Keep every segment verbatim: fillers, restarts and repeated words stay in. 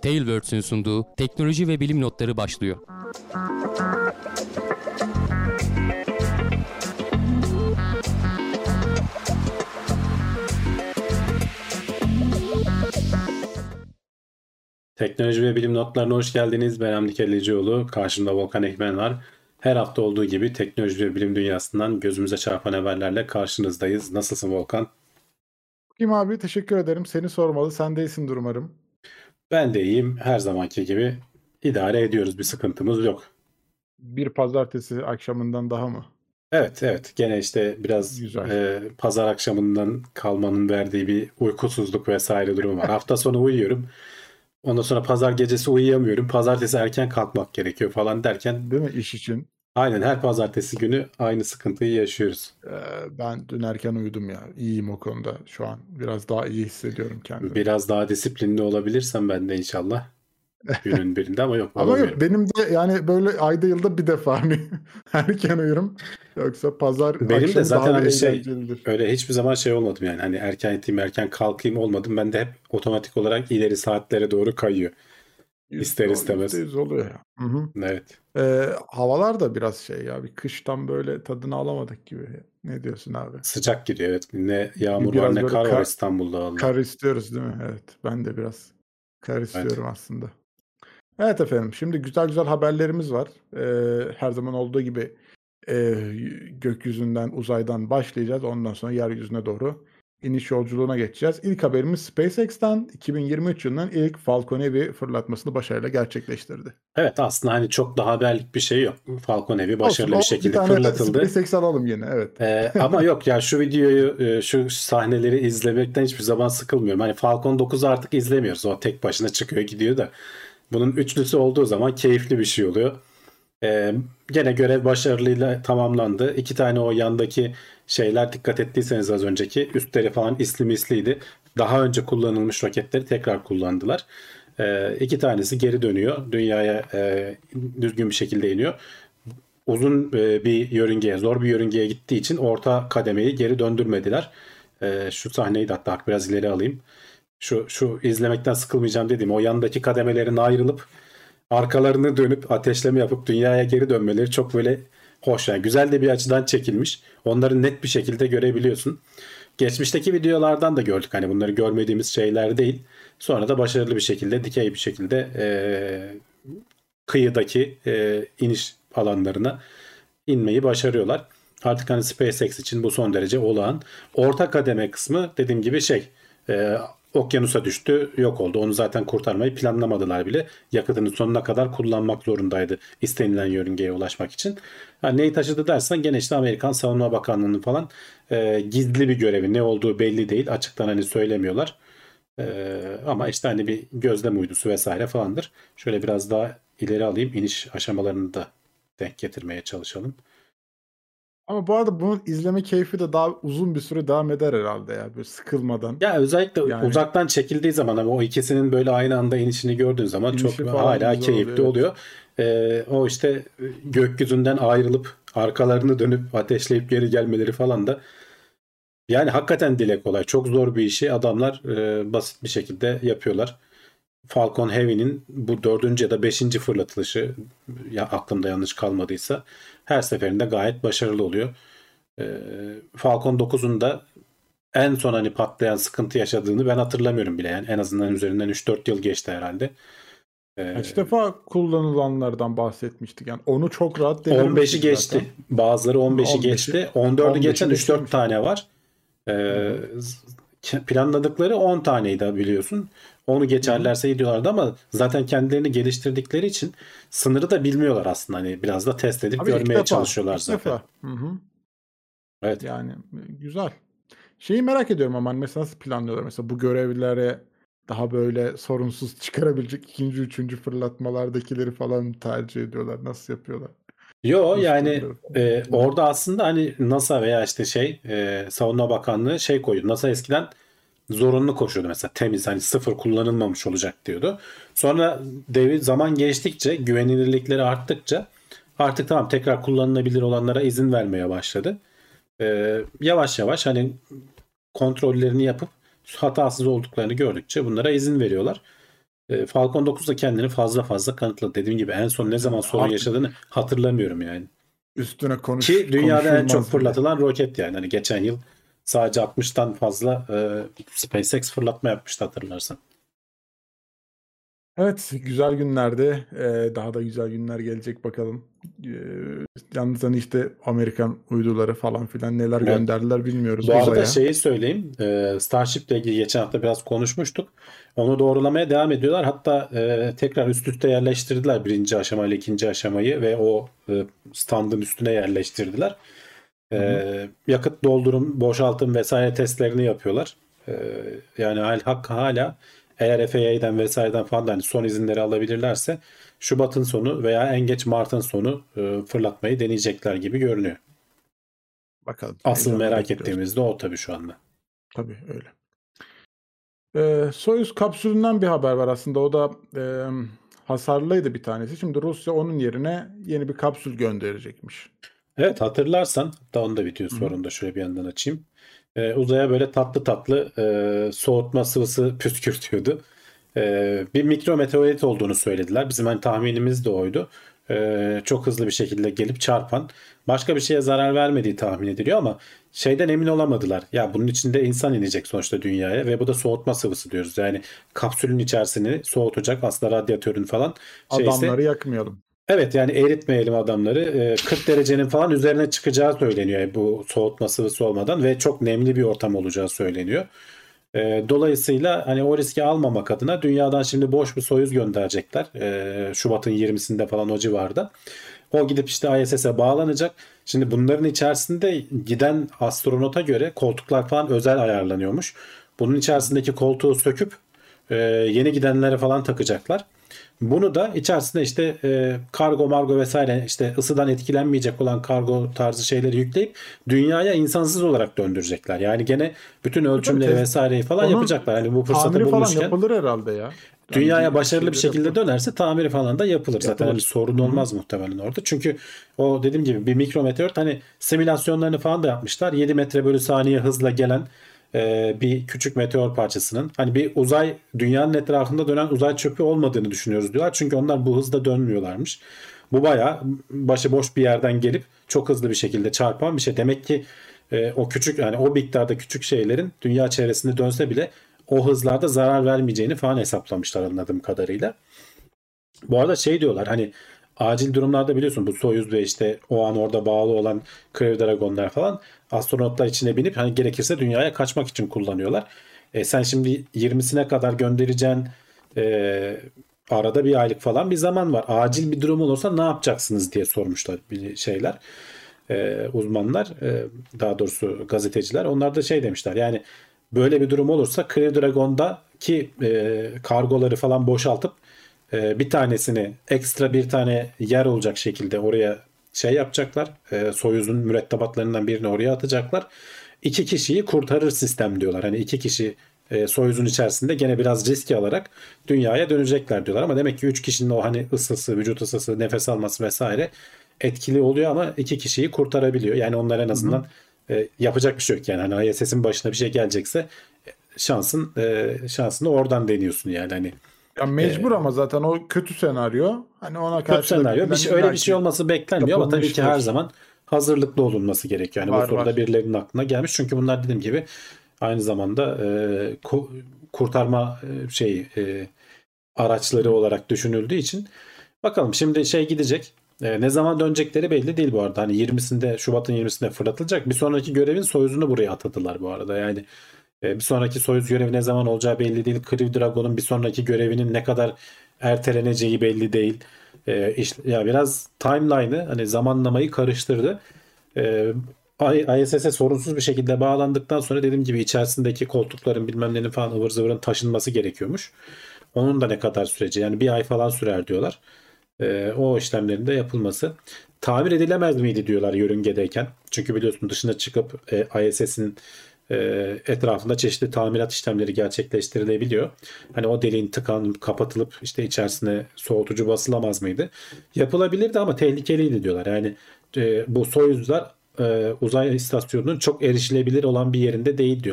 Tailwords'ün sunduğu teknoloji ve bilim notları başlıyor. Teknoloji ve bilim notlarına hoş geldiniz. Ben Hamdi Kellecioğlu. Karşımda Volkan Ekmen var. Her hafta olduğu gibi teknoloji ve bilim dünyasından gözümüze çarpan haberlerle karşınızdayız. Nasılsın Volkan? Kim abi? Teşekkür ederim. Seni sormalı. Sen de iyisindir umarım. Ben de iyiyim. Her zamanki gibi idare ediyoruz. Bir sıkıntımız yok. Bir pazartesi akşamından daha mı? Evet, evet. Gene işte biraz e, pazar akşamından kalmanın verdiği bir uykusuzluk vesaire durumu var. Hafta sonu uyuyorum. Ondan sonra pazar gecesi uyuyamıyorum. Pazartesi erken kalkmak gerekiyor falan derken. Değil mi iş için? Aynen, her pazartesi günü aynı sıkıntıyı yaşıyoruz. Ee, ben dün erken uyudum ya. İyiyim o konuda şu an. Biraz daha iyi hissediyorum kendimi. Biraz daha disiplinli olabilirsem ben de inşallah günün birinde ama yok. Ama yok, benim de yani böyle ayda yılda bir defa hani erken uyurum. Yoksa pazar benim akşam de zaten daha hani şey eğlencelidir. öyle hiçbir zaman şey olmadım yani hani erken yatayım erken kalkayım olmadım. Ben de hep otomatik olarak ileri saatlere doğru kayıyor. İster istemez. yüzde yüz oluyor ya. Hı hı. Evet. Ee, havalar da biraz şey ya, bir kıştan böyle tadını alamadık gibi. Ne diyorsun abi? Sıcak gidiyor, evet. Ne yağmur Biraz var ne böyle kar var kar, İstanbul'da vallahi. kar istiyoruz değil mi? Evet, ben de biraz kar istiyorum Evet. aslında. Evet efendim, şimdi güzel güzel haberlerimiz var. Ee, her zaman olduğu gibi e, gökyüzünden, uzaydan başlayacağız. Ondan sonra yeryüzüne doğru iniş yolculuğuna geçeceğiz. İlk haberimiz SpaceX'ten iki bin yirmi üç yılının ilk Falcon Heavy fırlatmasını başarıyla gerçekleştirdi. Evet, aslında hani çok da haberlik bir şey yok. Falcon Heavy başarılı Olsun, bir şekilde bir tane fırlatıldı. SpaceX alalım yine, evet. Ee, ama yok ya, şu videoyu, şu sahneleri izlemekten hiçbir zaman sıkılmıyorum. Hani Falcon dokuzu artık izlemiyoruz. O tek başına çıkıyor gidiyor da. Bunun üçlüsü olduğu zaman keyifli bir şey oluyor. Ee, gene görev başarılıyla tamamlandı. İki tane o yandaki şeyler, dikkat ettiyseniz az önceki üstleri falan isli misliydi. Daha önce kullanılmış roketleri tekrar kullandılar. Ee, iki tanesi geri dönüyor. Dünyaya e, düzgün bir şekilde iniyor. Uzun e, bir yörüngeye, zor bir yörüngeye gittiği için orta kademeyi geri döndürmediler. E, şu sahneyi de hatta biraz ileri alayım. Şu, şu izlemekten sıkılmayacağım dediğim o yandaki kademelerin ayrılıp arkalarını dönüp ateşleme yapıp dünyaya geri dönmeleri çok böyle hoş. Yani güzel de bir açıdan çekilmiş. Onları net bir şekilde görebiliyorsun. Geçmişteki videolardan da gördük. Hani bunları görmediğimiz şeyler değil. Sonra da başarılı bir şekilde, dikey bir şekilde e, kıyıdaki e, iniş alanlarına inmeyi başarıyorlar. Artık hani SpaceX için bu son derece olağan. Orta kademe kısmı dediğim gibi şey e, okyanusa düştü, yok oldu. Onu zaten kurtarmayı planlamadılar bile. Yakıtını sonuna kadar kullanmak zorundaydı istenilen yörüngeye ulaşmak için. Yani neyi taşıdı dersen gene işte Amerikan Savunma Bakanlığı'nın falan e, gizli bir görevi, ne olduğu belli değil. Açıktan hani söylemiyorlar. E, ama işte hani bir gözlem uydusu vesaire falandır. Şöyle biraz daha ileri alayım. İniş aşamalarını da denk getirmeye çalışalım. Ama bu arada bunun izleme keyfi de daha uzun bir süre devam eder herhalde ya, böyle sıkılmadan. Ya özellikle Yani uzaktan çekildiği zaman ama o ikisinin böyle aynı anda inişini gördüğün zaman inişi çok falan hala güzel keyifli oluyor, evet. oluyor. Ee, o işte gökyüzünden ayrılıp arkalarını dönüp ateşleyip geri gelmeleri falan da yani hakikaten dile kolay. Çok zor bir işi adamlar e, basit bir şekilde yapıyorlar. Falcon Heavy'nin bu dördüncü ya da beşinci fırlatılışı, ya aklımda yanlış kalmadıysa, her seferinde gayet başarılı oluyor. Ee, Falcon dokuzun da en son hani patlayan, sıkıntı yaşadığını ben hatırlamıyorum bile. Yani en azından üzerinden üç dört yıl geçti herhalde. Ee, Kaç defa kullanılanlardan bahsetmiştik. Yani onu çok rahat on beşi devirmiştik geçti. zaten. Bazıları on beşi on beşi geçti. on dördü on beşi geçen üç dört geçirmiş. tane var. Ee, Hı hı. planladıkları on taneydi biliyorsun. Onu Hı hı. geçerlerse iyi diyorlardı ama zaten kendilerini geliştirdikleri için sınırı da bilmiyorlar aslında. Hani biraz da test edip Abi ilk görmeye defa. çalışıyorlar ilk zaten. defa. Hı hı. Evet. Yani güzel. Şeyi merak ediyorum ama hani mesela nasıl planlıyorlar? Mesela bu görevlilere daha böyle sorunsuz çıkarabilecek ikinci, üçüncü fırlatmalardakileri falan tercih ediyorlar. Nasıl yapıyorlar? Yo yani Boosters falan. e, Hı hı. orada aslında hani NASA veya işte şey e, Savunma Bakanlığı şey koyuyor. NASA eskiden zorunlu koşuyordu mesela, temiz hani sıfır kullanılmamış olacak diyordu. Sonra devir zaman geçtikçe, güvenilirlikleri arttıkça artık tamam, tekrar kullanılabilir olanlara izin vermeye başladı. E, yavaş yavaş hani kontrollerini yapıp hatasız olduklarını gördükçe bunlara izin veriyorlar. E, Falcon dokuz da kendini fazla fazla kanıtladı. Dediğim gibi en son ne zaman sorun Artık yaşadığını hatırlamıyorum yani. üstüne konuş Ki dünyada en çok konuşulmaz bile. fırlatılan roket yani. Hani geçen yıl sadece altmıştan fazla e, SpaceX fırlatma yapmıştı hatırlarsan. Evet, güzel günlerde e, daha da güzel günler gelecek bakalım. E, yalnız hani işte Amerikan uyduları falan filan neler Evet. gönderdiler bilmiyoruz Bu arada uzaya. şeyi söyleyeyim. e, Starship ile ilgili geçen hafta biraz konuşmuştuk. Onu doğrulamaya devam ediyorlar. Hatta e, tekrar üst üste yerleştirdiler birinci aşamayla ikinci aşamayı ve o e, standın üstüne yerleştirdiler. Hı hı. E, yakıt doldurum, boşaltım vesaire testlerini yapıyorlar. E, yani hal- hak hala eğer F A A'den vesaireden falan da hani son izinleri alabilirlerse Şubat'ın sonu veya en geç Mart'ın sonu e, fırlatmayı deneyecekler gibi görünüyor. Bakalım, Asıl heyecanla merak bekliyoruz. ettiğimiz de o tabii şu anda. Tabii öyle. Ee, Soyuz kapsülünden bir haber var aslında. O da e, hasarlıydı bir tanesi. Şimdi Rusya onun yerine yeni bir kapsül gönderecekmiş. Evet hatırlarsan hatta onu da video Hı hı. sorunu da şöyle bir yandan açayım. Ee, uzaya böyle tatlı tatlı e, soğutma sıvısı püskürtüyordu. Ee, bir mikrometeorit olduğunu söylediler. Bizim hani tahminimiz de oydu. Ee, çok hızlı bir şekilde gelip çarpan başka bir şeye zarar vermediği tahmin ediliyor ama şeyden emin olamadılar. Ya bunun içinde insan inecek sonuçta dünyaya ve bu da soğutma sıvısı diyoruz. Yani kapsülün içerisini soğutacak aslında radyatörün falan şeyse Adamları yakmayalım. evet yani eritmeyelim adamları. Ee, kırk derecenin falan üzerine çıkacağı söyleniyor bu soğutma sıvısı olmadan ve çok nemli bir ortam olacağı söyleniyor. Ee, dolayısıyla hani o riski almamak adına dünyadan şimdi boş bir Soyuz gönderecekler. Ee, Şubat'ın yirmisinde falan o civarda. O gidip işte I S S'e bağlanacak. Şimdi bunların içerisinde giden astronota göre koltuklar falan özel ayarlanıyormuş. Bunun içerisindeki koltuğu söküp e, yeni gidenlere falan takacaklar. Bunu da içerisine işte e, kargo margo vesaire işte ısıdan etkilenmeyecek olan kargo tarzı şeyleri yükleyip dünyaya insansız olarak döndürecekler. Yani gene bütün E, tabii ölçümleri test, vesaireyi falan onun yapacaklar. Hani bu fırsatı tamiri falan bulmuşken yapılır herhalde ya. Yani dünyaya bir başarılı bir şeyler şekilde yapılır. dönerse tamiri falan da yapılır. Zaten hani Yapılır. sorun Hı hı. olmaz muhtemelen orada. Çünkü o dediğim gibi bir mikrometeor hani simülasyonlarını falan da yapmışlar. yedi metre bölü saniye hızla gelen e, bir küçük meteor parçasının hani bir uzay dünyanın etrafında dönen uzay çöpü olmadığını düşünüyoruz diyorlar. Çünkü onlar bu hızda dönmüyorlarmış. Bu bayağı başıboş bir yerden gelip çok hızlı bir şekilde çarpan bir şey. Demek ki e, o küçük yani o miktarda küçük şeylerin dünya çevresinde dönse bile o hızlarda zarar vermeyeceğini falan hesaplamışlar anladığım kadarıyla. Bu arada şey diyorlar hani acil durumlarda biliyorsun bu Soyuz ve işte o an orada bağlı olan Crew Dragon'lar falan astronotlar içine binip hani gerekirse dünyaya kaçmak için kullanıyorlar. E, sen şimdi yirmisine kadar göndereceğin e, arada bir aylık falan bir zaman var. Acil bir durum olursa ne yapacaksınız diye sormuşlar bir şeyler e, uzmanlar e, daha doğrusu gazeteciler. Onlar da şey demişler yani böyle bir durum olursa Crew Dragon'daki e, kargoları falan boşaltıp e, bir tanesini ekstra bir tane yer olacak şekilde oraya şey yapacaklar. E, Soyuz'un mürettebatlarından birini oraya atacaklar. İki kişiyi kurtarır sistem diyorlar. Hani iki kişi e, Soyuz'un içerisinde gene biraz riski alarak dünyaya dönecekler diyorlar. Ama demek ki üç kişinin o hani ısısı, vücut ısısı, nefes alması vesaire etkili oluyor ama iki kişiyi kurtarabiliyor. Yani onlar en Hı hı. azından e, yapacak bir şey yok. Yani hani I S S'in başına bir şey gelecekse şansın e, şansını oradan deniyorsun yani hani Ya mecbur ama zaten o kötü senaryo. Hani ona kötü karşı da bir senaryo. Bir plan şey, öyle bir şey illaki olması beklenmiyor ama tabii ki her yapılmıştır. zaman hazırlıklı olunması gerekiyor. Yani bu Var soruda var. birilerinin aklına gelmiş. Çünkü bunlar dediğim gibi aynı zamanda e, ku- kurtarma e, şey e, araçları Hı. olarak düşünüldüğü için bakalım şimdi şey gidecek. E, ne zaman dönecekleri belli değil bu arada. Hani yirmisinde Şubat'ın yirmisinde fırlatılacak. Bir sonraki görevin Soyuz'unu buraya atadılar bu arada. Yani e, bir sonraki Soyuz görevi ne zaman olacağı belli değil. Crew Dragon'un bir sonraki görevinin ne kadar erteleneceği belli değil. E, işte, ya biraz timeline'ı hani zamanlamayı karıştırdı. E, I S S'e sorunsuz bir şekilde bağlandıktan sonra dediğim gibi içerisindeki koltukların bilmem nenin falan ıvır zıvırın taşınması gerekiyormuş. Onun da ne kadar süreci yani bir ay falan sürer diyorlar. E, o işlemlerin de yapılması. Tamir edilemez miydi diyorlar yörüngedeyken. Çünkü biliyorsun dışına çıkıp e, I S S'in e, etrafında çeşitli tamirat işlemleri gerçekleştirilebiliyor. Hani o deliğin tıkanıp kapatılıp işte içerisine soğutucu basılamaz mıydı? Yapılabilirdi ama tehlikeliydi diyorlar. Yani e, bu Soyuzlar e, uzay istasyonunun çok erişilebilir olan bir yerinde değil diyorlar.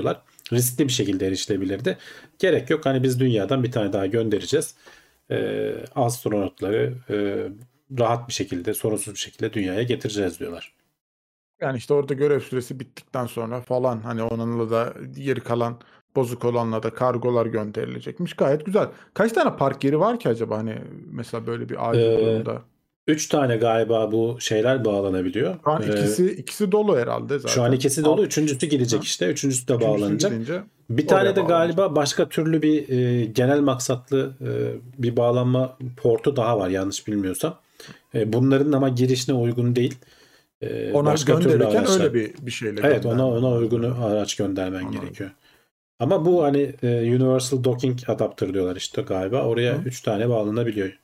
riskli bir şekilde erişilebilirdi. Gerek yok. Hani biz dünyadan bir tane daha göndereceğiz. E, astronotları e, rahat bir şekilde, sorunsuz bir şekilde dünyaya getireceğiz diyorlar. Yani işte orada görev süresi bittikten sonra falan hani onunla da geri kalan bozuk olanla da kargolar gönderilecekmiş. Gayet güzel. Kaç tane park yeri var ki acaba hani mesela böyle bir acil Ee, durumda? Üç tane galiba bu şeyler bağlanabiliyor. Şu an Ee, ikisi ikisi dolu herhalde şu an zaten. ikisi Alt, dolu. Üçüncüsü gidecek ha, işte. Üçüncüsü de üçüncüsü bağlanacak. gidince Bir tane oraya de bağlanacak. galiba başka türlü bir e, genel maksatlı e, bir bağlanma portu daha var yanlış bilmiyorsam. E, bunların ama girişine uygun değil. E, Ona başka türlü gönderirken araçlar. öyle bir bir şeyle Evet, ona göndermen ona lazım. uygun Evet. araç göndermen Anladım. gerekiyor. Ama bu hani e, Universal Docking Adapter diyorlar işte galiba. Oraya Hı. üç tane bağlanabiliyor.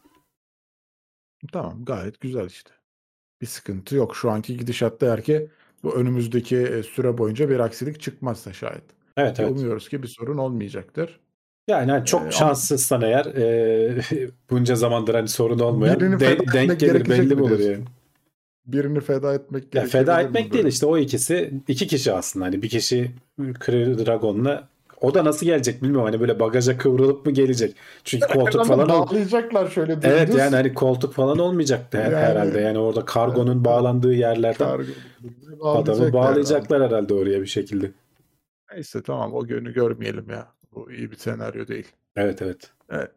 Tamam, gayet güzel işte. Bir sıkıntı yok. Şu anki gidişatta eğer ki bu önümüzdeki e, süre boyunca bir aksilik çıkmazsa şayet. Evet, Ki evet. umuyoruz ki bir sorun olmayacaktır. Yani hani E, çok ama şanssızsan eğer e, bunca zamandır hani sorun olmayan birini feda de- denk etmek gelir gerekecek belli mi mi olur diyorsun? yani. Birini feda etmek Ya feda gerekebilir mi etmek değil böyle? işte o ikisi iki kişi aslında hani bir kişi Crew Dragon'la o da nasıl gelecek bilmiyorum hani böyle bagaja kıvrılıp mı gelecek. Çünkü koltuk Herhalde falan ol bağlayacaklar şöyle evet yani dümdüz. hani koltuk falan olmayacaktı her- herhalde Yani yani orada yani kargonun ka- bağlandığı yerlerden kargo birbirine adamı bağlayacaklar herhalde. bağlayacaklar herhalde oraya bir şekilde. Neyse tamam o günü görmeyelim ya. Bu iyi bir senaryo değil. Evet, evet. Evet,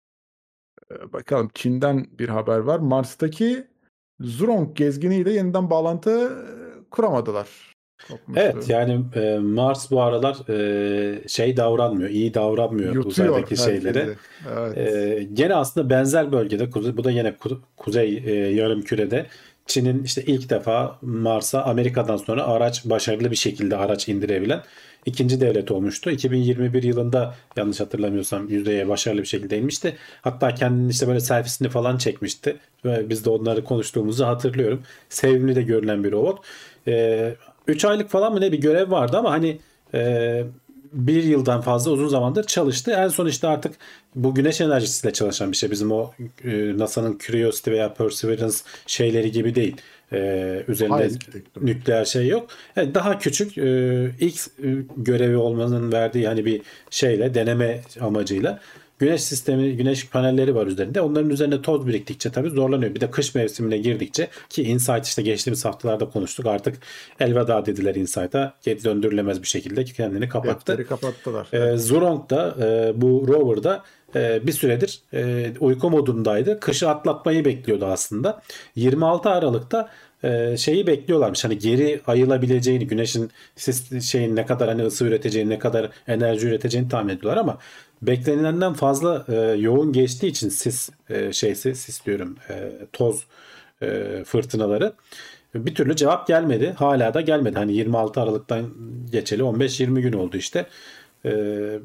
e, bakalım Çin'den bir haber var. Mars'taki Zhurong gezginiyle yeniden bağlantı e, kuramadılar. Evet Kopmuştu. yani e, Mars bu aralar e, şey davranmıyor, iyi davranmıyor Yutuyor uzaydaki şeyleri. herkesi. Evet. E, gene aslında benzer bölgede, kuze- bu da yine ku- kuzey e, yarımkürede Çin'in işte ilk defa Mars'a Amerika'dan sonra araç başarılı bir şekilde araç indirebilen ikinci devlet olmuştu. iki bin yirmi bir yılında yanlış hatırlamıyorsam yüzdeye başarılı bir şekilde inmişti. Hatta kendini işte böyle selfiesini falan çekmişti. Ve biz de onları konuştuğumuzu hatırlıyorum. Sevimli de görünen bir robot. E, üç aylık falan mı ne bir görev vardı ama hani e, bir yıldan fazla uzun zamandır çalıştı. En son işte artık bu güneş enerjisiyle çalışan bir şey. Bizim o e, NASA'nın Curiosity veya Perseverance şeyleri gibi değil. E, Daha üzerinde eski teknoloji. nükleer şey yok. Evet, daha küçük e, ilk e, görevi olmanın verdiği hani bir şeyle deneme amacıyla güneş sistemi, güneş panelleri var üzerinde. Onların üzerine toz biriktikçe tabii zorlanıyor. Bir de kış mevsimine girdikçe ki Insight işte geçtiğimiz haftalarda konuştuk. Artık elveda dediler Insight'a. Geri döndürülemez bir şekilde kendini kapattı. Defteri kapattılar. E, Evet. Zhurong da e, bu rover'da e, bir süredir e, uyku modundaydı. Kışı atlatmayı bekliyordu aslında. yirmi altı Aralık'ta e, şeyi bekliyorlarmış. Hani geri ayılabileceğini, güneşin sis, şeyin ne kadar hani ısı üreteceğini, ne kadar enerji üreteceğini tahmin ediyorlar ama beklenilenden fazla e, yoğun geçtiği için sis e, şeysi, sis diyorum, e, toz e, fırtınaları bir türlü cevap gelmedi. Hala da gelmedi. Hani yirmi altı Aralık'tan geçeli on beş yirmi gün oldu işte. Ee,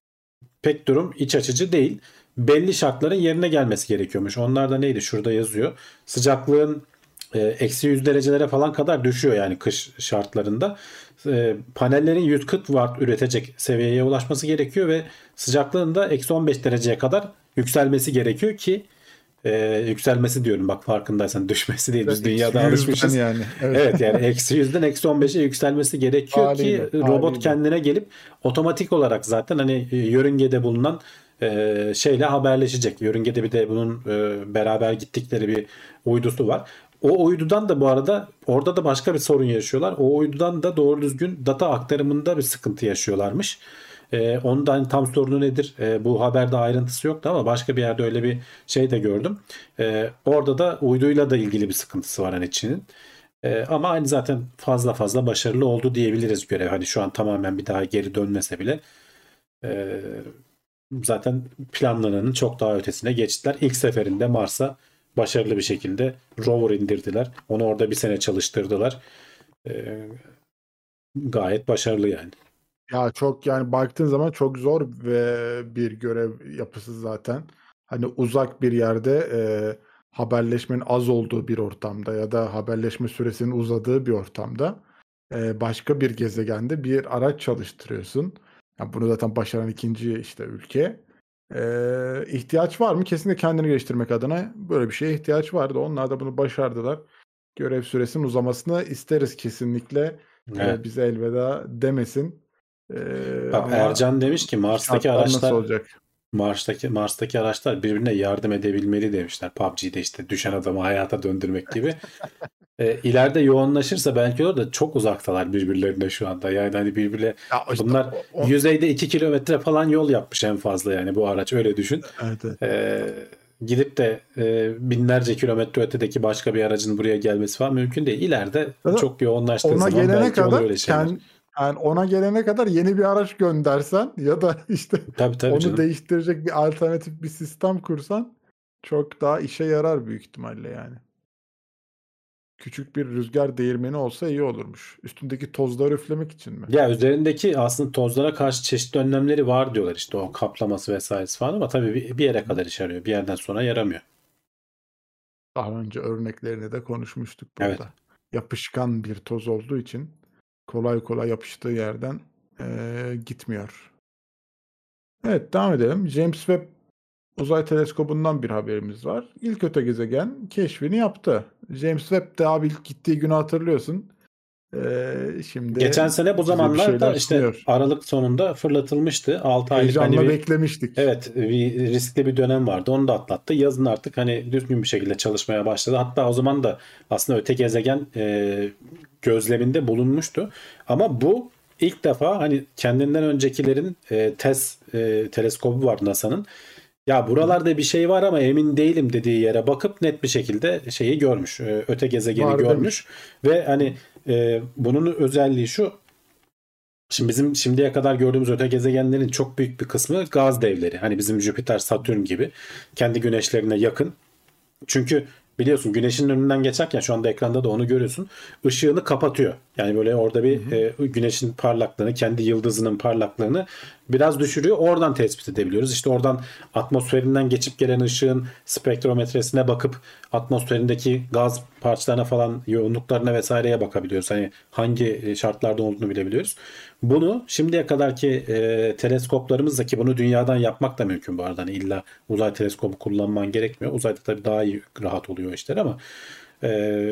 pek durum iç açıcı değil. Belli şartların yerine gelmesi gerekiyormuş. Onlar da neydi? Şurada yazıyor. Sıcaklığın e, eksi yüz derecelere falan kadar düşüyor yani kış şartlarında. E, panellerin yüz kırk watt üretecek seviyeye ulaşması gerekiyor ve sıcaklığın da eksi on beş dereceye kadar yükselmesi gerekiyor ki e, yükselmesi diyorum bak farkındaysan düşmesi değil. Biz Eksi dünyada yüzden alışmışız. yani. Evet. Evet yani eksi yüzden eksi on beşe yükselmesi gerekiyor ki Haliyle. robot Haliyle. kendine gelip otomatik olarak zaten hani e, yörüngede bulunan e, şeyle haberleşecek. Yörüngede bir de bunun e, beraber gittikleri bir uydusu var. O uydudan da bu arada orada da başka bir sorun yaşıyorlar. O uydudan da doğru düzgün data aktarımında bir sıkıntı yaşıyorlarmış. E, ondan tam sorunu nedir? E, bu haberde ayrıntısı yoktu ama başka bir yerde öyle bir şey de gördüm. E, orada da uyduyla da ilgili bir sıkıntısı var hani Çin'in. E, ama hani zaten fazla fazla başarılı oldu diyebiliriz görev. Hani şu an tamamen bir daha geri dönmese bile e, zaten planlananın çok daha ötesine geçtiler. İlk seferinde Mars'a başarılı bir şekilde rover indirdiler. Onu orada bir sene çalıştırdılar. E, gayet başarılı yani. Ya çok yani baktığın zaman çok zor ve bir görev yapısı zaten. Hani uzak bir yerde e, haberleşmenin az olduğu bir ortamda ya da haberleşme süresinin uzadığı bir ortamda e, başka bir gezegende bir araç çalıştırıyorsun. Ya bunu zaten başaran ikinci işte ülke. E, ihtiyaç var mı? Kesinlikle kendini geliştirmek adına böyle bir şeye ihtiyaç vardı. Onlar da bunu başardılar. Görev süresinin uzamasını isteriz kesinlikle. Evet. E, bize elveda demesin. Ee, Bak ama Ercan demiş ki Mars'taki şartlar nasıl araçlar olacak? Mars'taki Mars'taki araçlar birbirine yardım edebilmeli demişler. P U B G'de işte düşen adamı hayata döndürmek gibi. E, ileride yoğunlaşırsa belki olur da çok uzaktalar birbirlerine şu anda. Yani hani birbirle Ya işte bunlar o, o- yüzeyde iki kilometre falan yol yapmış en fazla yani bu araç öyle düşün. evet, evet. E, gidip de e, binlerce kilometre ötedeki başka bir aracın buraya gelmesi falan mümkün değil. İleride Zaten çok yoğunlaştığı ona zaman gelene belki oluyor kadar öyle şeyler. kend, yani ona gelene kadar yeni bir araç göndersen ya da işte Tabii tabii onu canım. değiştirecek bir alternatif bir sistem kursan çok daha işe yarar büyük ihtimalle yani. Küçük bir rüzgar değirmeni olsa iyi olurmuş. Üstündeki tozları üflemek için mi? Ya üzerindeki aslında tozlara karşı çeşitli önlemleri var diyorlar işte o kaplaması vesairesi falan ama tabii bir, bir yere kadar işe yarıyor. Bir yerden sonra yaramıyor. Daha önce örneklerini de konuşmuştuk Evet. burada. Yapışkan bir toz olduğu için kolay kolay yapıştığı yerden eee, gitmiyor. Evet, devam edelim. James Webb Uzay Teleskobu'ndan bir haberimiz var. İlk öte gezegen keşfini yaptı. James Webb de abi ilk gittiği günü hatırlıyorsun. Eee, Geçen şimdi sene bu bize bir şeyler zamanlarda işte sunuyor. Aralık sonunda fırlatılmıştı. altı aylık hani Heyecanla bir beklemiştik. evet bir riskli bir dönem vardı. Onu da atlattı. Yazın artık hani düzgün bir şekilde çalışmaya başladı. Hatta o zaman da aslında öte gezegen e, gözleminde bulunmuştu. Ama bu ilk defa hani kendinden öncekilerin e, TESS e, teleskobu var NASA'nın. Ya buralarda bir şey var ama emin değilim dediği yere bakıp net bir şekilde şeyi görmüş. e, Öte gezegeni Var görmüş. demiş. Ve hani e, bunun özelliği şu. Şimdi bizim şimdiye kadar gördüğümüz öte gezegenlerin çok büyük bir kısmı gaz devleri. Hani bizim Jüpiter, Satürn gibi kendi güneşlerine yakın. Çünkü biliyorsun güneşin önünden geçerken şu anda ekranda da onu görüyorsun. Işığını kapatıyor. Yani böyle orada Hı bir hı. e, güneşin parlaklığını, kendi yıldızının parlaklığını biraz düşürüyor. Oradan tespit edebiliyoruz. İşte oradan atmosferinden geçip gelen ışığın spektrometresine bakıp atmosferindeki gaz parçalarına falan yoğunluklarına vesaireye bakabiliyoruz. Hani hangi şartlarda olduğunu bilebiliyoruz. Bunu şimdiye kadarki e, teleskoplarımızla ki bunu dünyadan yapmak da mümkün bu arada. Hani illa uzay teleskobu kullanman gerekmiyor. Uzayda tabii daha iyi rahat oluyor işler ama e,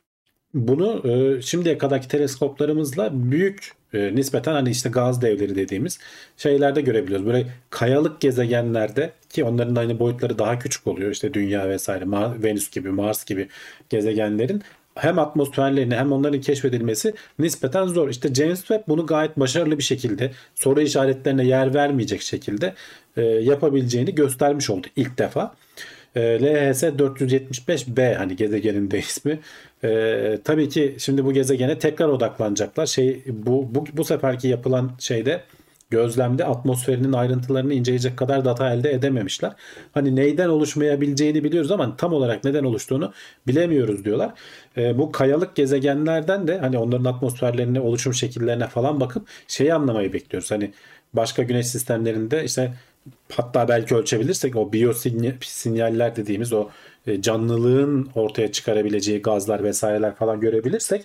bunu e, şimdiye kadarki teleskoplarımızla büyük e, nispeten hani işte gaz devleri dediğimiz şeylerde görebiliyoruz. Böyle kayalık gezegenlerde ki onların da hani boyutları daha küçük oluyor. İşte Dünya vesaire, Ma- Venüs gibi, Mars gibi gezegenlerin hem atmosferlerini hem onların keşfedilmesi nispeten zor. İşte James Webb bunu gayet başarılı bir şekilde soru işaretlerine yer vermeyecek şekilde e, yapabileceğini göstermiş oldu ilk defa. E, L H S dört yüz yetmiş beş b hani gezegenin de ismi. E, tabii ki şimdi bu gezegene tekrar odaklanacaklar. Şey bu bu bu seferki yapılan şeyde gözlemde atmosferinin ayrıntılarını inceleyecek kadar data elde edememişler. Hani neyden oluşmayabileceğini biliyoruz ama tam olarak neden oluştuğunu bilemiyoruz diyorlar. E, bu kayalık gezegenlerden de hani onların atmosferlerine, oluşum şekillerine falan bakıp şeyi anlamayı bekliyoruz. Hani başka güneş sistemlerinde işte hatta belki ölçebilirsek o biyosinyaller dediğimiz o e, canlılığın ortaya çıkarabileceği gazlar vesaireler falan görebilirsek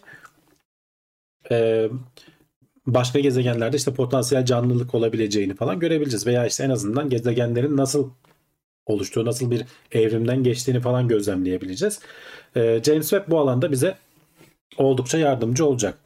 e, başka gezegenlerde işte potansiyel canlılık olabileceğini falan görebileceğiz. Veya işte en azından gezegenlerin nasıl oluştuğu, nasıl bir evrimden geçtiğini falan gözlemleyebileceğiz. E, James Webb bu alanda bize oldukça yardımcı olacak.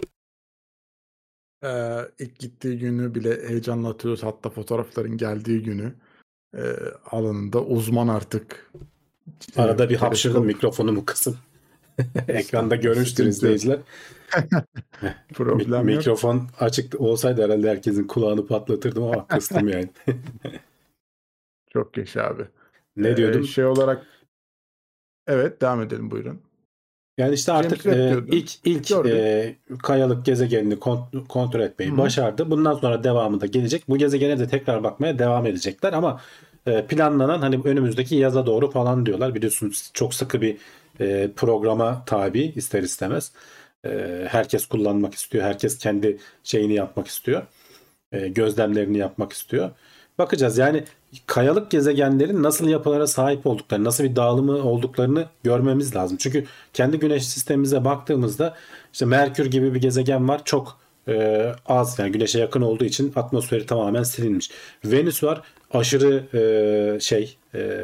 Ee, ilk gittiği günü bile heyecanla hatırlıyoruz. Hatta fotoğrafların geldiği günü e, alanında uzman artık e, Arada bir hapşırdım teleskop mikrofonumu kısım. Ekranda estağfurullah görmüştür sıkıntı yok. izleyiciler. Mik- Problem yok. mikrofon açık olsaydı herhalde herkesin kulağını patlatırdım ama kıstım yani. Çok geç abi. Ne Ee, diyordum? şey olarak evet devam edelim buyurun. Yani işte James artık Webb e, diyordun. ilk ilk Gördük. e, kayalık gezegenini kont- kontrol Hı etmeyi hı. başardı. Bundan sonra devamı da gelecek. Bu gezegene de tekrar bakmaya devam edecekler ama e, planlanan hani önümüzdeki yaza doğru falan diyorlar. Biliyorsunuz çok sıkı bir e, programa tabi ister istemez. E, herkes kullanmak istiyor. Herkes kendi şeyini yapmak istiyor. E, gözlemlerini yapmak istiyor. Bakacağız yani kayalık gezegenlerin nasıl yapılara sahip olduklarını, nasıl bir dağılımı olduklarını görmemiz lazım. Çünkü kendi güneş sistemimize baktığımızda işte Merkür gibi bir gezegen var. Çok e, az yani güneşe yakın olduğu için atmosferi tamamen silinmiş. Venüs var. Aşırı e, şey e,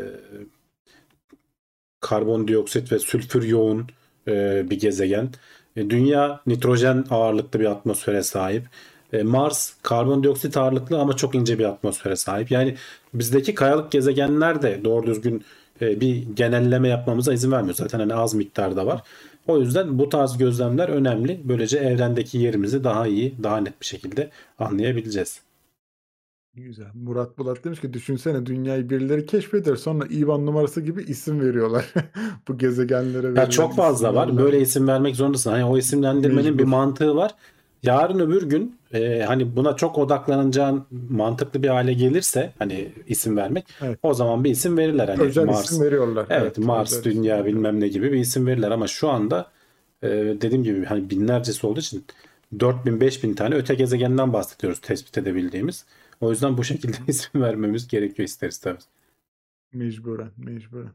karbondioksit ve sülfür yoğun e, bir gezegen. E, Dünya nitrojen ağırlıklı bir atmosfere sahip. E, Mars karbondioksit ağırlıklı ama çok ince bir atmosfere sahip. Yani bizdeki kayalık gezegenler de doğru düzgün e, bir genelleme yapmamıza izin vermiyor. Zaten hani az miktarda var. O yüzden bu tarz gözlemler önemli. Böylece evrendeki yerimizi daha iyi, daha net bir şekilde anlayabileceğiz. Güzel. Murat Bulat demiş ki düşünsene dünyayı birileri keşfeder sonra İvan numarası gibi isim veriyorlar. Bu gezegenlere Ya verilen çok fazla var. isimlerle. Böyle isim vermek zorundasın. Hani o isimlendirmenin Mecbur. bir mantığı var. Yarın öbür gün e, hani buna çok odaklanacağın mantıklı bir hale gelirse hani isim vermek, Evet. o zaman bir isim verirler. Hani Özel Mars. isim veriyorlar. Evet, Mars, özel isim Dünya veriyorlar. bilmem ne gibi bir isim verirler ama şu anda e, dediğim gibi hani binlercesi olduğu için dört bin beş bin tane öte gezegenden bahsediyoruz tespit edebildiğimiz. O yüzden bu şekilde isim vermemiz gerekiyor ister istemez. Mecburen, mecburen.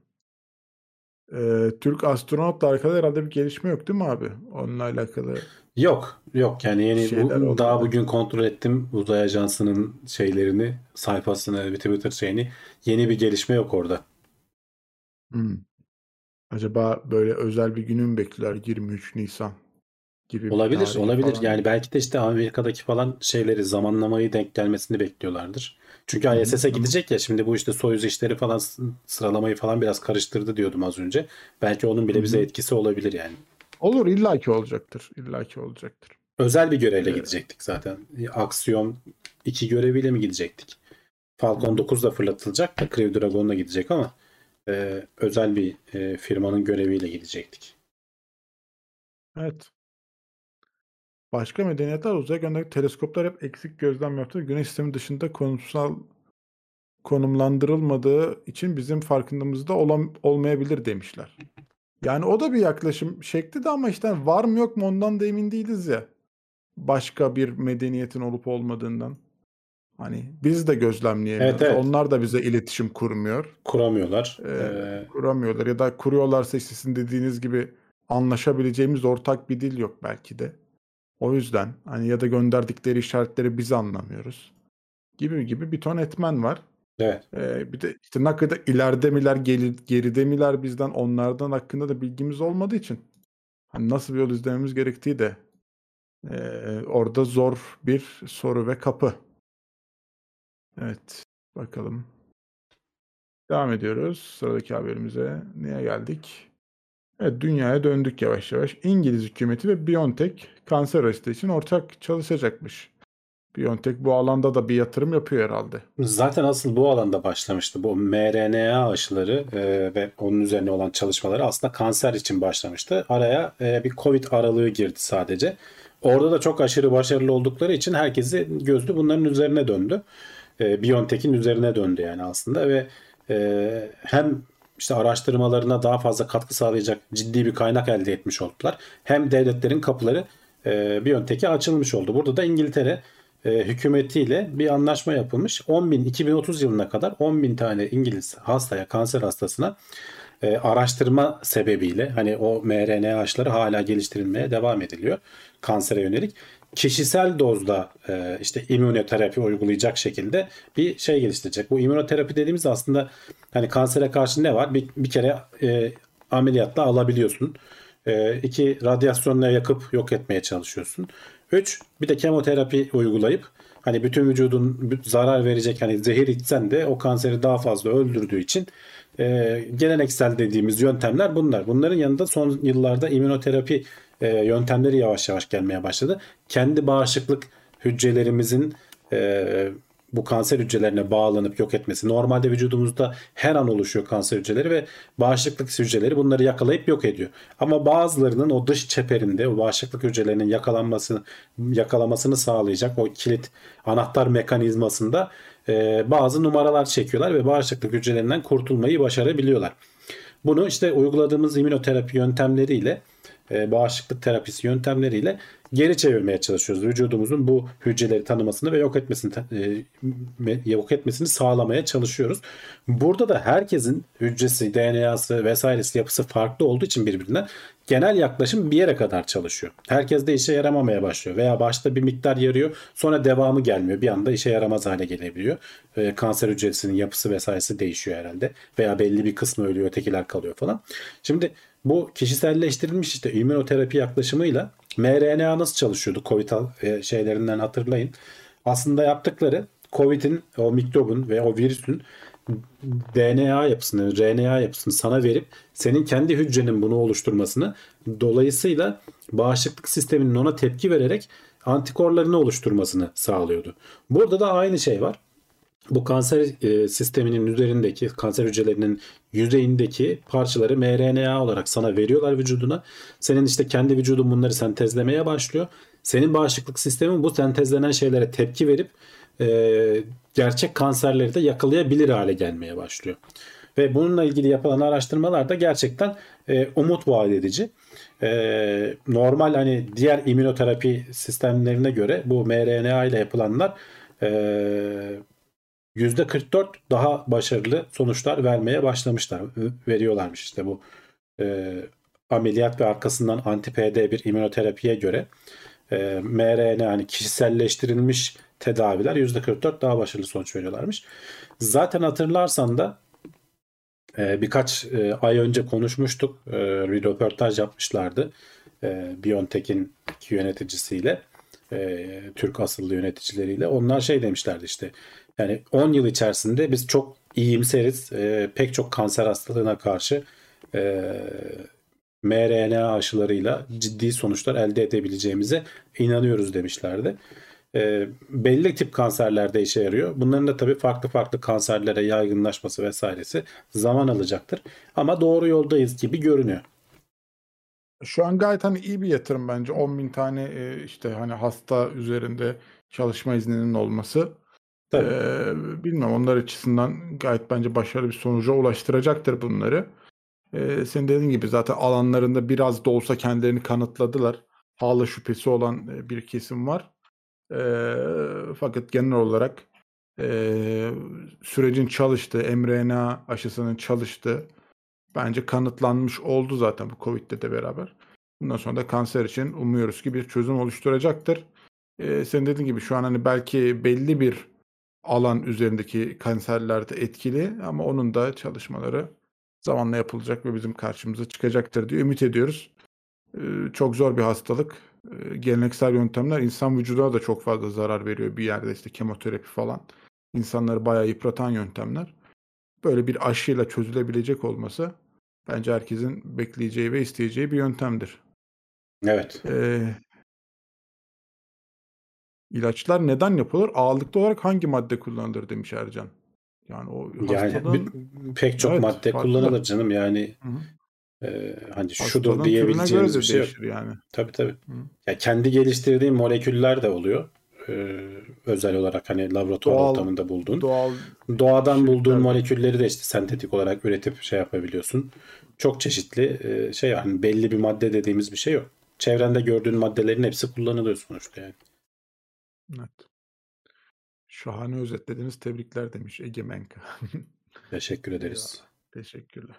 Ee, Türk astronotla alakalı herhalde bir gelişme yok değil mi abi? Onunla alakalı Yok, yok yani yeni şeyler bu, daha olmadı. bugün kontrol ettim uzay ajansının şeylerini, sayfasını, bir Twitter şeyini. Yeni bir gelişme yok orada. Hmm. Acaba böyle özel bir günü mü bekliyorlar? yirmi üç Nisan gibi bir Olabilir, tarihi olabilir. falan. Yani belki de işte Amerika'daki falan şeyleri, zamanlamayı denk gelmesini bekliyorlardır. Çünkü Hı hı. I S S'e Ama gidecek ya, şimdi bu işte Soyuz işleri falan s- sıralamayı falan biraz karıştırdı diyordum az önce. Belki onun hı bile bize hı. etkisi olabilir yani. Olur illaki olacaktır. İllaki olacaktır. Özel bir görevle Ee, gidecektik zaten. Aksiyon iki göreviyle mi gidecektik? hı Falcon hı. dokuz da fırlatılacak da Crew Dragon'la gidecek ama e, özel bir e, firmanın göreviyle gidecektik. Evet. Başka medeniyetler uzaya gönderdiği teleskoplar hep eksik gözlem yaptı. Güneş sistemi dışında konumsal konumlandırılmadığı için bizim farkındamızda olam, olmayabilir demişler. Yani o da bir yaklaşım şekli de ama işte var mı yok mu ondan da emin değiliz ya. Başka bir medeniyetin olup olmadığından. Hani biz de Evet, gözlemleyemiyoruz. evet, Onlar da bize iletişim kurmuyor. kuramıyorlar. E, Ee, kuramıyorlar ya da kuruyorlarsa işte sizin dediğiniz gibi anlaşabileceğimiz ortak bir dil yok belki de. O yüzden hani ya da gönderdikleri işaretleri biz anlamıyoruz. Gibi gibi bir ton etmen var. evet. Ee, bir de işte ne kadar ileride miler, geri, geride miler bizden onlardan hakkında da bilgimiz olmadığı için hani nasıl bir yol izlememiz gerektiği de ee, orada zor bir soru ve kapı. Evet, bakalım. Devam ediyoruz sıradaki haberimize. Neye geldik? Evet, dünyaya döndük yavaş yavaş. İngiliz hükümeti ve BioNTech kanser aşısı için ortak çalışacakmış. BioNTech bu alanda da bir yatırım yapıyor herhalde. Zaten asıl bu alanda başlamıştı. Bu mRNA aşıları e, ve onun üzerine olan çalışmaları aslında kanser için başlamıştı. Araya e, bir Covid aralığı girdi sadece. Orada da çok aşırı başarılı oldukları için herkesi gözlü bunların üzerine döndü. E, BioNTech'in üzerine döndü yani aslında ve e, hem işte araştırmalarına daha fazla katkı sağlayacak ciddi bir kaynak elde etmiş oldular. Hem devletlerin kapıları e, BioNTech'e açılmış oldu. Burada da İngiltere e, hükümetiyle bir anlaşma yapılmış. on bin iki bin otuz yılına kadar on bin tane İngiliz hastaya, kanser hastasına e, araştırma sebebiyle hani o mRNA aşıları hala geliştirilmeye devam ediliyor kansere yönelik. Kişisel dozda e, işte immünoterapi uygulayacak şekilde bir şey geliştirecek. Bu immünoterapi dediğimiz aslında hani kansere karşı ne var? Bir, bir kere e, ameliyatla alabiliyorsun. E, iki radyasyonla yakıp yok etmeye çalışıyorsun. Üç bir de kemoterapi uygulayıp hani bütün vücudun zarar verecek hani zehir içsen de o kanseri daha fazla öldürdüğü için e, geleneksel dediğimiz yöntemler bunlar. Bunların yanında son yıllarda immünoterapi e, yöntemleri yavaş yavaş gelmeye başladı. Kendi bağışıklık hücrelerimizin e, bu kanser hücrelerine bağlanıp yok etmesi. Normalde vücudumuzda her an oluşuyor kanser hücreleri ve bağışıklık hücreleri bunları yakalayıp yok ediyor. Ama bazılarının o dış çeperinde o bağışıklık hücrelerinin yakalanmasını yakalamasını sağlayacak o kilit anahtar mekanizmasında e, bazı numaralar çekiyorlar ve bağışıklık hücrelerinden kurtulmayı başarabiliyorlar. Bunu işte uyguladığımız immünoterapi yöntemleriyle e, bağışıklık terapisi yöntemleriyle geri çevirmeye çalışıyoruz. Vücudumuzun bu hücreleri tanımasını ve yok etmesini e, yok etmesini sağlamaya çalışıyoruz. Burada da herkesin hücresi, D N A'sı vesairesi yapısı farklı olduğu için birbirinden genel yaklaşım bir yere kadar çalışıyor. Herkes de işe yaramamaya başlıyor veya başta bir miktar yarıyor sonra devamı gelmiyor. Bir anda işe yaramaz hale gelebiliyor. E, kanser hücresinin yapısı vesairesi değişiyor herhalde veya belli bir kısmı ölüyor ötekiler kalıyor falan. Şimdi bu kişiselleştirilmiş işte immünoterapi yaklaşımıyla mRNA nasıl çalışıyordu Covid e, şeylerinden hatırlayın. Aslında yaptıkları Covid'in, o mikrobun ve o virüsün D N A yapısını, R N A yapısını sana verip senin kendi hücrenin bunu oluşturmasını, dolayısıyla bağışıklık sisteminin ona tepki vererek antikorlarını oluşturmasını sağlıyordu. Burada da aynı şey var. Bu kanser e, sisteminin üzerindeki, kanser hücrelerinin yüzeyindeki parçaları mRNA olarak sana veriyorlar vücuduna. Senin işte kendi vücudun bunları sentezlemeye başlıyor. Senin bağışıklık sistemin bu sentezlenen şeylere tepki verip e, gerçek kanserleri de yakalayabilir hale gelmeye başlıyor. Ve bununla ilgili yapılan araştırmalar da gerçekten e, umut vaat edici. E, normal hani diğer immünoterapi sistemlerine göre bu mRNA ile yapılanlar e, yüzde kırk dört daha başarılı sonuçlar vermeye başlamışlar. Veriyorlarmış işte bu e, ameliyat ve arkasından anti-P D bir immünoterapiye göre e, mRNA yani kişiselleştirilmiş tedaviler yüzde kırk dört daha başarılı sonuç veriyorlarmış. Zaten hatırlarsan da e, birkaç e, ay önce konuşmuştuk. E, bir röportaj yapmışlardı. E, BioNTech'in iki yöneticisiyle. E, Türk asıllı yöneticileriyle. Onlar şey demişlerdi işte. Yani on yıl içerisinde biz çok iyimseriz. E, pek çok kanser hastalığına karşı e, mRNA aşılarıyla ciddi sonuçlar elde edebileceğimize inanıyoruz demişlerdi. E, belli tip kanserlerde işe yarıyor. Bunların da tabii farklı farklı kanserlere yaygınlaşması vesairesi zaman alacaktır. Ama doğru yoldayız gibi görünüyor. Şu an gayet hani iyi bir yatırım bence. on bin tane e, işte hani hasta üzerinde çalışma izninin olması. Tabii. Ee, bilmem onlar açısından gayet bence başarılı bir sonuca ulaştıracaktır bunları. Ee, senin dediğin gibi zaten alanlarında biraz da olsa kendilerini kanıtladılar. Hala şüphesi olan e, bir kesim var. Ee, fakat genel olarak e, sürecin çalıştığı, mRNA aşısının çalıştığı bence kanıtlanmış oldu zaten bu Covid'le de beraber. Bundan sonra da kanser için umuyoruz ki bir çözüm oluşturacaktır. Ee, senin dediğin gibi şu an hani belki belli bir alan üzerindeki kanserlerde etkili ama onun da çalışmaları zamanla yapılacak ve bizim karşımıza çıkacaktır diye ümit ediyoruz. Ee, çok zor bir hastalık. Ee, geleneksel yöntemler insan vücuduna da çok fazla zarar veriyor bir yerde işte kemoterapi falan. İnsanları bayağı yıpratan yöntemler. Böyle bir aşıyla çözülebilecek olması bence herkesin bekleyeceği ve isteyeceği bir yöntemdir. Evet. Ee, ilaçlar neden yapılır? Ağırlıklı olarak hangi madde kullanılır demiş Ercan. Yani o Yani hastalığın bir- pek çok evet madde farklı. kullanılır canım. Yani Hı hı. e, hani şudur Hastalığın türüne göre diyebileceğimiz bir de şey yok. değişir yani. Tabii tabii. Hı. Ya kendi geliştirdiği moleküller de oluyor. Ee, özel olarak hani laboratuvar Doğal ortamında bulduğun. doğal Doğadan bulduğun içerikler de. molekülleri de işte sentetik olarak üretip şey yapabiliyorsun. Çok çeşitli e, şey yani belli bir madde dediğimiz bir şey yok. Çevrende gördüğün maddelerin hepsi kullanılıyor sonuçta yani. Evet. Şahane özetlediniz. Tebrikler demiş Ege Menka. Teşekkür ederiz. Eyvallah. Teşekkürler.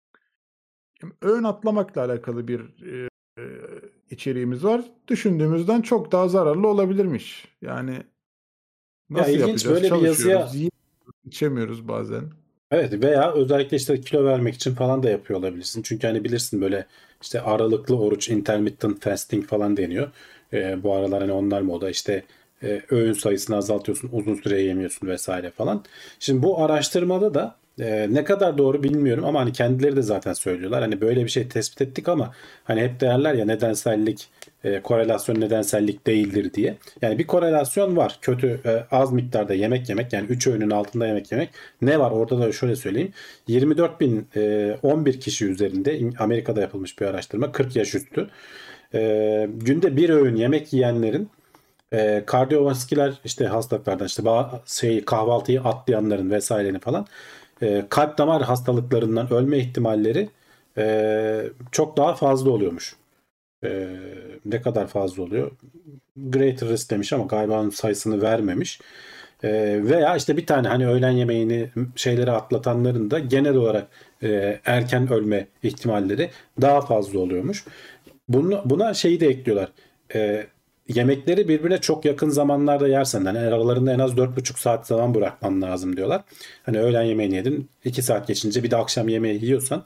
Ön atlamakla alakalı bir e, e, içeriğimiz var. Düşündüğümüzden çok daha zararlı olabilirmiş. Yani nasıl ilginç yapacağız? böyle bir Çalışıyoruz. yazıya Yiyemiyoruz, içemiyoruz bazen. evet veya özellikle işte kilo vermek için falan da yapıyor olabilirsin. Çünkü hani bilirsin böyle işte aralıklı oruç, intermittent fasting falan deniyor. Ee, bu aralar hani onlar moda işte e, öğün sayısını azaltıyorsun, uzun süre yemiyorsun vesaire falan. Şimdi bu araştırmada da e, ne kadar doğru bilmiyorum ama hani kendileri de zaten söylüyorlar. Hani böyle bir şey tespit ettik ama hani hep derler ya nedensellik, e, korelasyon nedensellik değildir diye. Yani bir korelasyon var. Kötü, e, az miktarda yemek yemek yani üç öğünün altında yemek yemek. Ne var orada da şöyle söyleyeyim. yirmi dört bin e, on bir kişi üzerinde Amerika'da yapılmış bir araştırma kırk yaş üstü. E, günde bir öğün yemek yiyenlerin e, kardiyovasküler işte hastalıklardan işte şey kahvaltıyı atlayanların vesairenin falan e, kalp damar hastalıklarından ölme ihtimalleri e, çok daha fazla oluyormuş. E, ne kadar fazla oluyor? Greater risk demiş ama galiba onun sayısını vermemiş. E, veya işte bir tane hani öğlen yemeğini şeyleri atlatanların da genel olarak e, erken ölme ihtimalleri daha fazla oluyormuş. Bunu, buna şeyi de ekliyorlar. E, yemekleri birbirine çok yakın zamanlarda yersen hani aralarında en az dört buçuk saat zaman bırakman lazım diyorlar. Hani öğlen yemeğini yedin iki saat geçince bir de akşam yemeği yiyorsan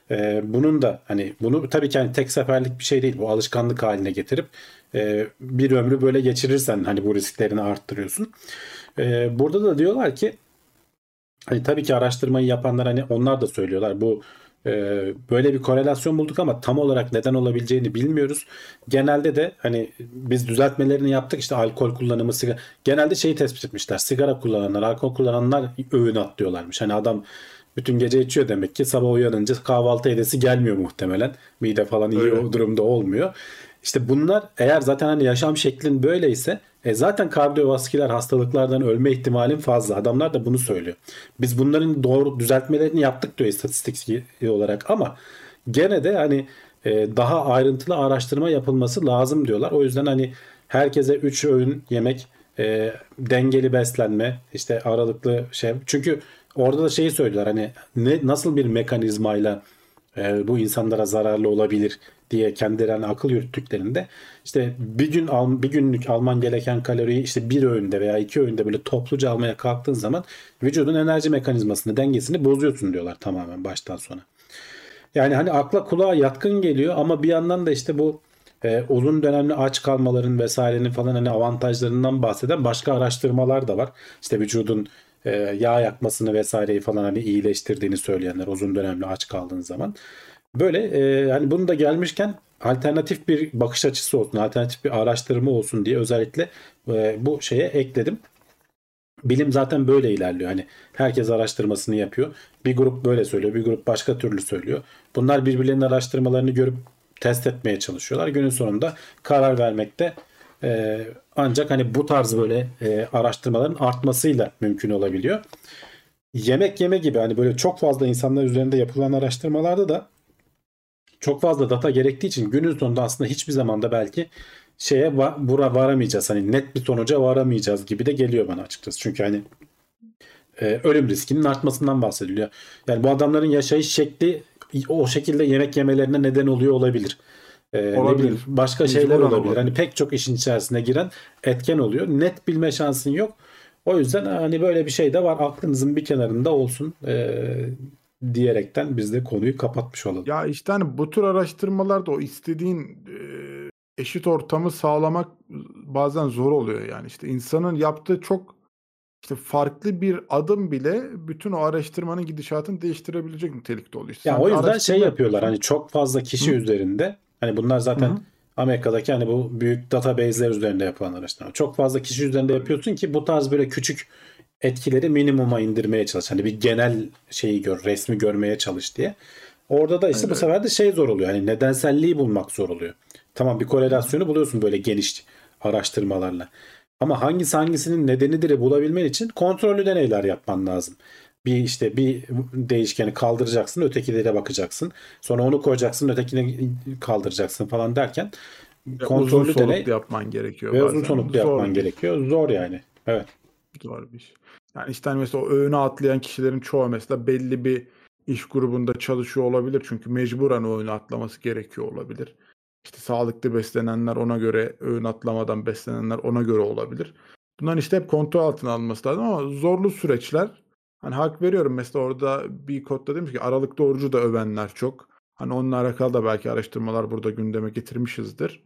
E, bunun da hani bunu tabii ki hani tek seferlik bir şey değil. Bu alışkanlık haline getirip e, bir ömrü böyle geçirirsen hani bu risklerini arttırıyorsun. E, burada da diyorlar ki hani tabii ki araştırmayı yapanlar hani onlar da söylüyorlar. Bu e, böyle bir korelasyon bulduk ama tam olarak neden olabileceğini bilmiyoruz. Genelde de hani biz düzeltmelerini yaptık işte alkol kullanımı, sigara. Genelde şeyi tespit etmişler. Sigara kullananlar, alkol kullananlar öğün atlıyorlarmış. Hani adam bütün gece içiyor demek ki sabah uyanınca kahvaltı edesi gelmiyor muhtemelen. Mide falan iyi Öyle. o durumda olmuyor. İşte bunlar eğer zaten hani yaşam şeklin böyleyse e zaten kardiyovasküler hastalıklardan ölme ihtimalin fazla. Adamlar da bunu söylüyor. Biz bunların doğru düzeltmelerini yaptık diyor istatistik olarak ama gene de hani e, daha ayrıntılı araştırma yapılması lazım diyorlar. O yüzden hani herkese üç öğün yemek, e, dengeli beslenme, işte aralıklı şey. Çünkü orada da şeyi söylüyorlar hani ne nasıl bir mekanizmayla e, bu insanlara zararlı olabilir diye kendilerine akıl yürüttüklerinde işte bir gün al, bir günlük alman gereken kaloriyi işte bir öğünde veya iki öğünde böyle topluca almaya kalktığın zaman vücudun enerji mekanizmasını, dengesini bozuyorsun diyorlar tamamen baştan sona. Yani hani akla kulağa yatkın geliyor ama bir yandan da işte bu e, uzun dönemli aç kalmaların vesairenin falan hani avantajlarından bahseden başka araştırmalar da var. İşte vücudun e, yağ yakmasını vesaireyi falan hani iyileştirdiğini söyleyenler uzun dönemli aç kaldığın zaman. Böyle e, hani bunu da gelmişken alternatif bir bakış açısı olsun, alternatif bir araştırma olsun diye özellikle e, bu şeye ekledim. Bilim zaten böyle ilerliyor. Hani herkes araştırmasını yapıyor. Bir grup böyle söylüyor, bir grup başka türlü söylüyor. Bunlar birbirlerinin araştırmalarını görüp test etmeye çalışıyorlar. Günün sonunda karar vermekte e, ancak hani bu tarz böyle e, araştırmaların artmasıyla mümkün olabiliyor. Yemek yeme gibi hani böyle çok fazla insanlar üzerinde yapılan araştırmalarda da çok fazla data gerektiği için günün sonunda aslında hiçbir zaman da belki şeye va- bura varamayacağız. Hani net bir sonuca varamayacağız gibi de geliyor bana açıkçası. Çünkü hani e, ölüm riskinin artmasından bahsediliyor. Yani bu adamların yaşayış şekli o şekilde yemek yemelerine neden oluyor olabilir. E, ne Olabilir. bileyim başka Mecburen şeyler olabilir. olabilir. Hani pek çok işin içerisine giren etken oluyor. Net bilme şansın yok. O yüzden hani böyle bir şey de var. Aklınızın bir kenarında olsun e, diyerekten biz de konuyu kapatmış olalım. Ya işte hani bu tür araştırmalarda o istediğin e, eşit ortamı sağlamak bazen zor oluyor yani. İşte insanın yaptığı çok işte farklı bir adım bile bütün o araştırmanın gidişatını değiştirebilecek nitelikte oluyor. İşte Ya sen o bir yüzden şey araştırma yapıyorlar yapıyorsun. hani çok fazla kişi Hı üzerinde hani bunlar hı. zaten Hı. Amerika'daki hani bu büyük database'ler üzerinde yapılan araştırma. Çok fazla kişi üzerinde Tabii. yapıyorsun ki bu tarz böyle küçük etkileri minimuma indirmeye çalış. Hani bir genel şeyi gör, resmi görmeye çalış diye. Orada da işte Öyle bu öyle. sefer de şey zor oluyor. Hani nedenselliği bulmak zor oluyor. Tamam bir Hı hı. korelasyonu buluyorsun böyle geniş araştırmalarla. Ama hangisi hangisinin nedenidir bulabilmen için kontrollü deneyler yapman lazım. Bir işte bir değişkeni kaldıracaksın, ötekilere bakacaksın. Sonra onu koyacaksın, ötekini kaldıracaksın falan derken Ve uzun kontrollü deney soluklu yapman gerekiyor ve uzun bazen. soluklu Zor yapman bir iş. gerekiyor. Zor yani. Evet. Zor bir iş. Yani işte hani mesela o öğüne atlayan kişilerin çoğu mesela belli bir iş grubunda çalışıyor olabilir. Çünkü mecburen o öğüne atlaması gerekiyor olabilir. İşte sağlıklı beslenenler ona göre, öğün atlamadan beslenenler ona göre olabilir. Bunların işte hep kontrol altına alınması lazım ama zorlu süreçler. Hani hak veriyorum mesela orada bir kodda demiş ki aralıklı orucu da övenler çok. Hani onunla alakalı da belki araştırmalar burada gündeme getirmişizdir.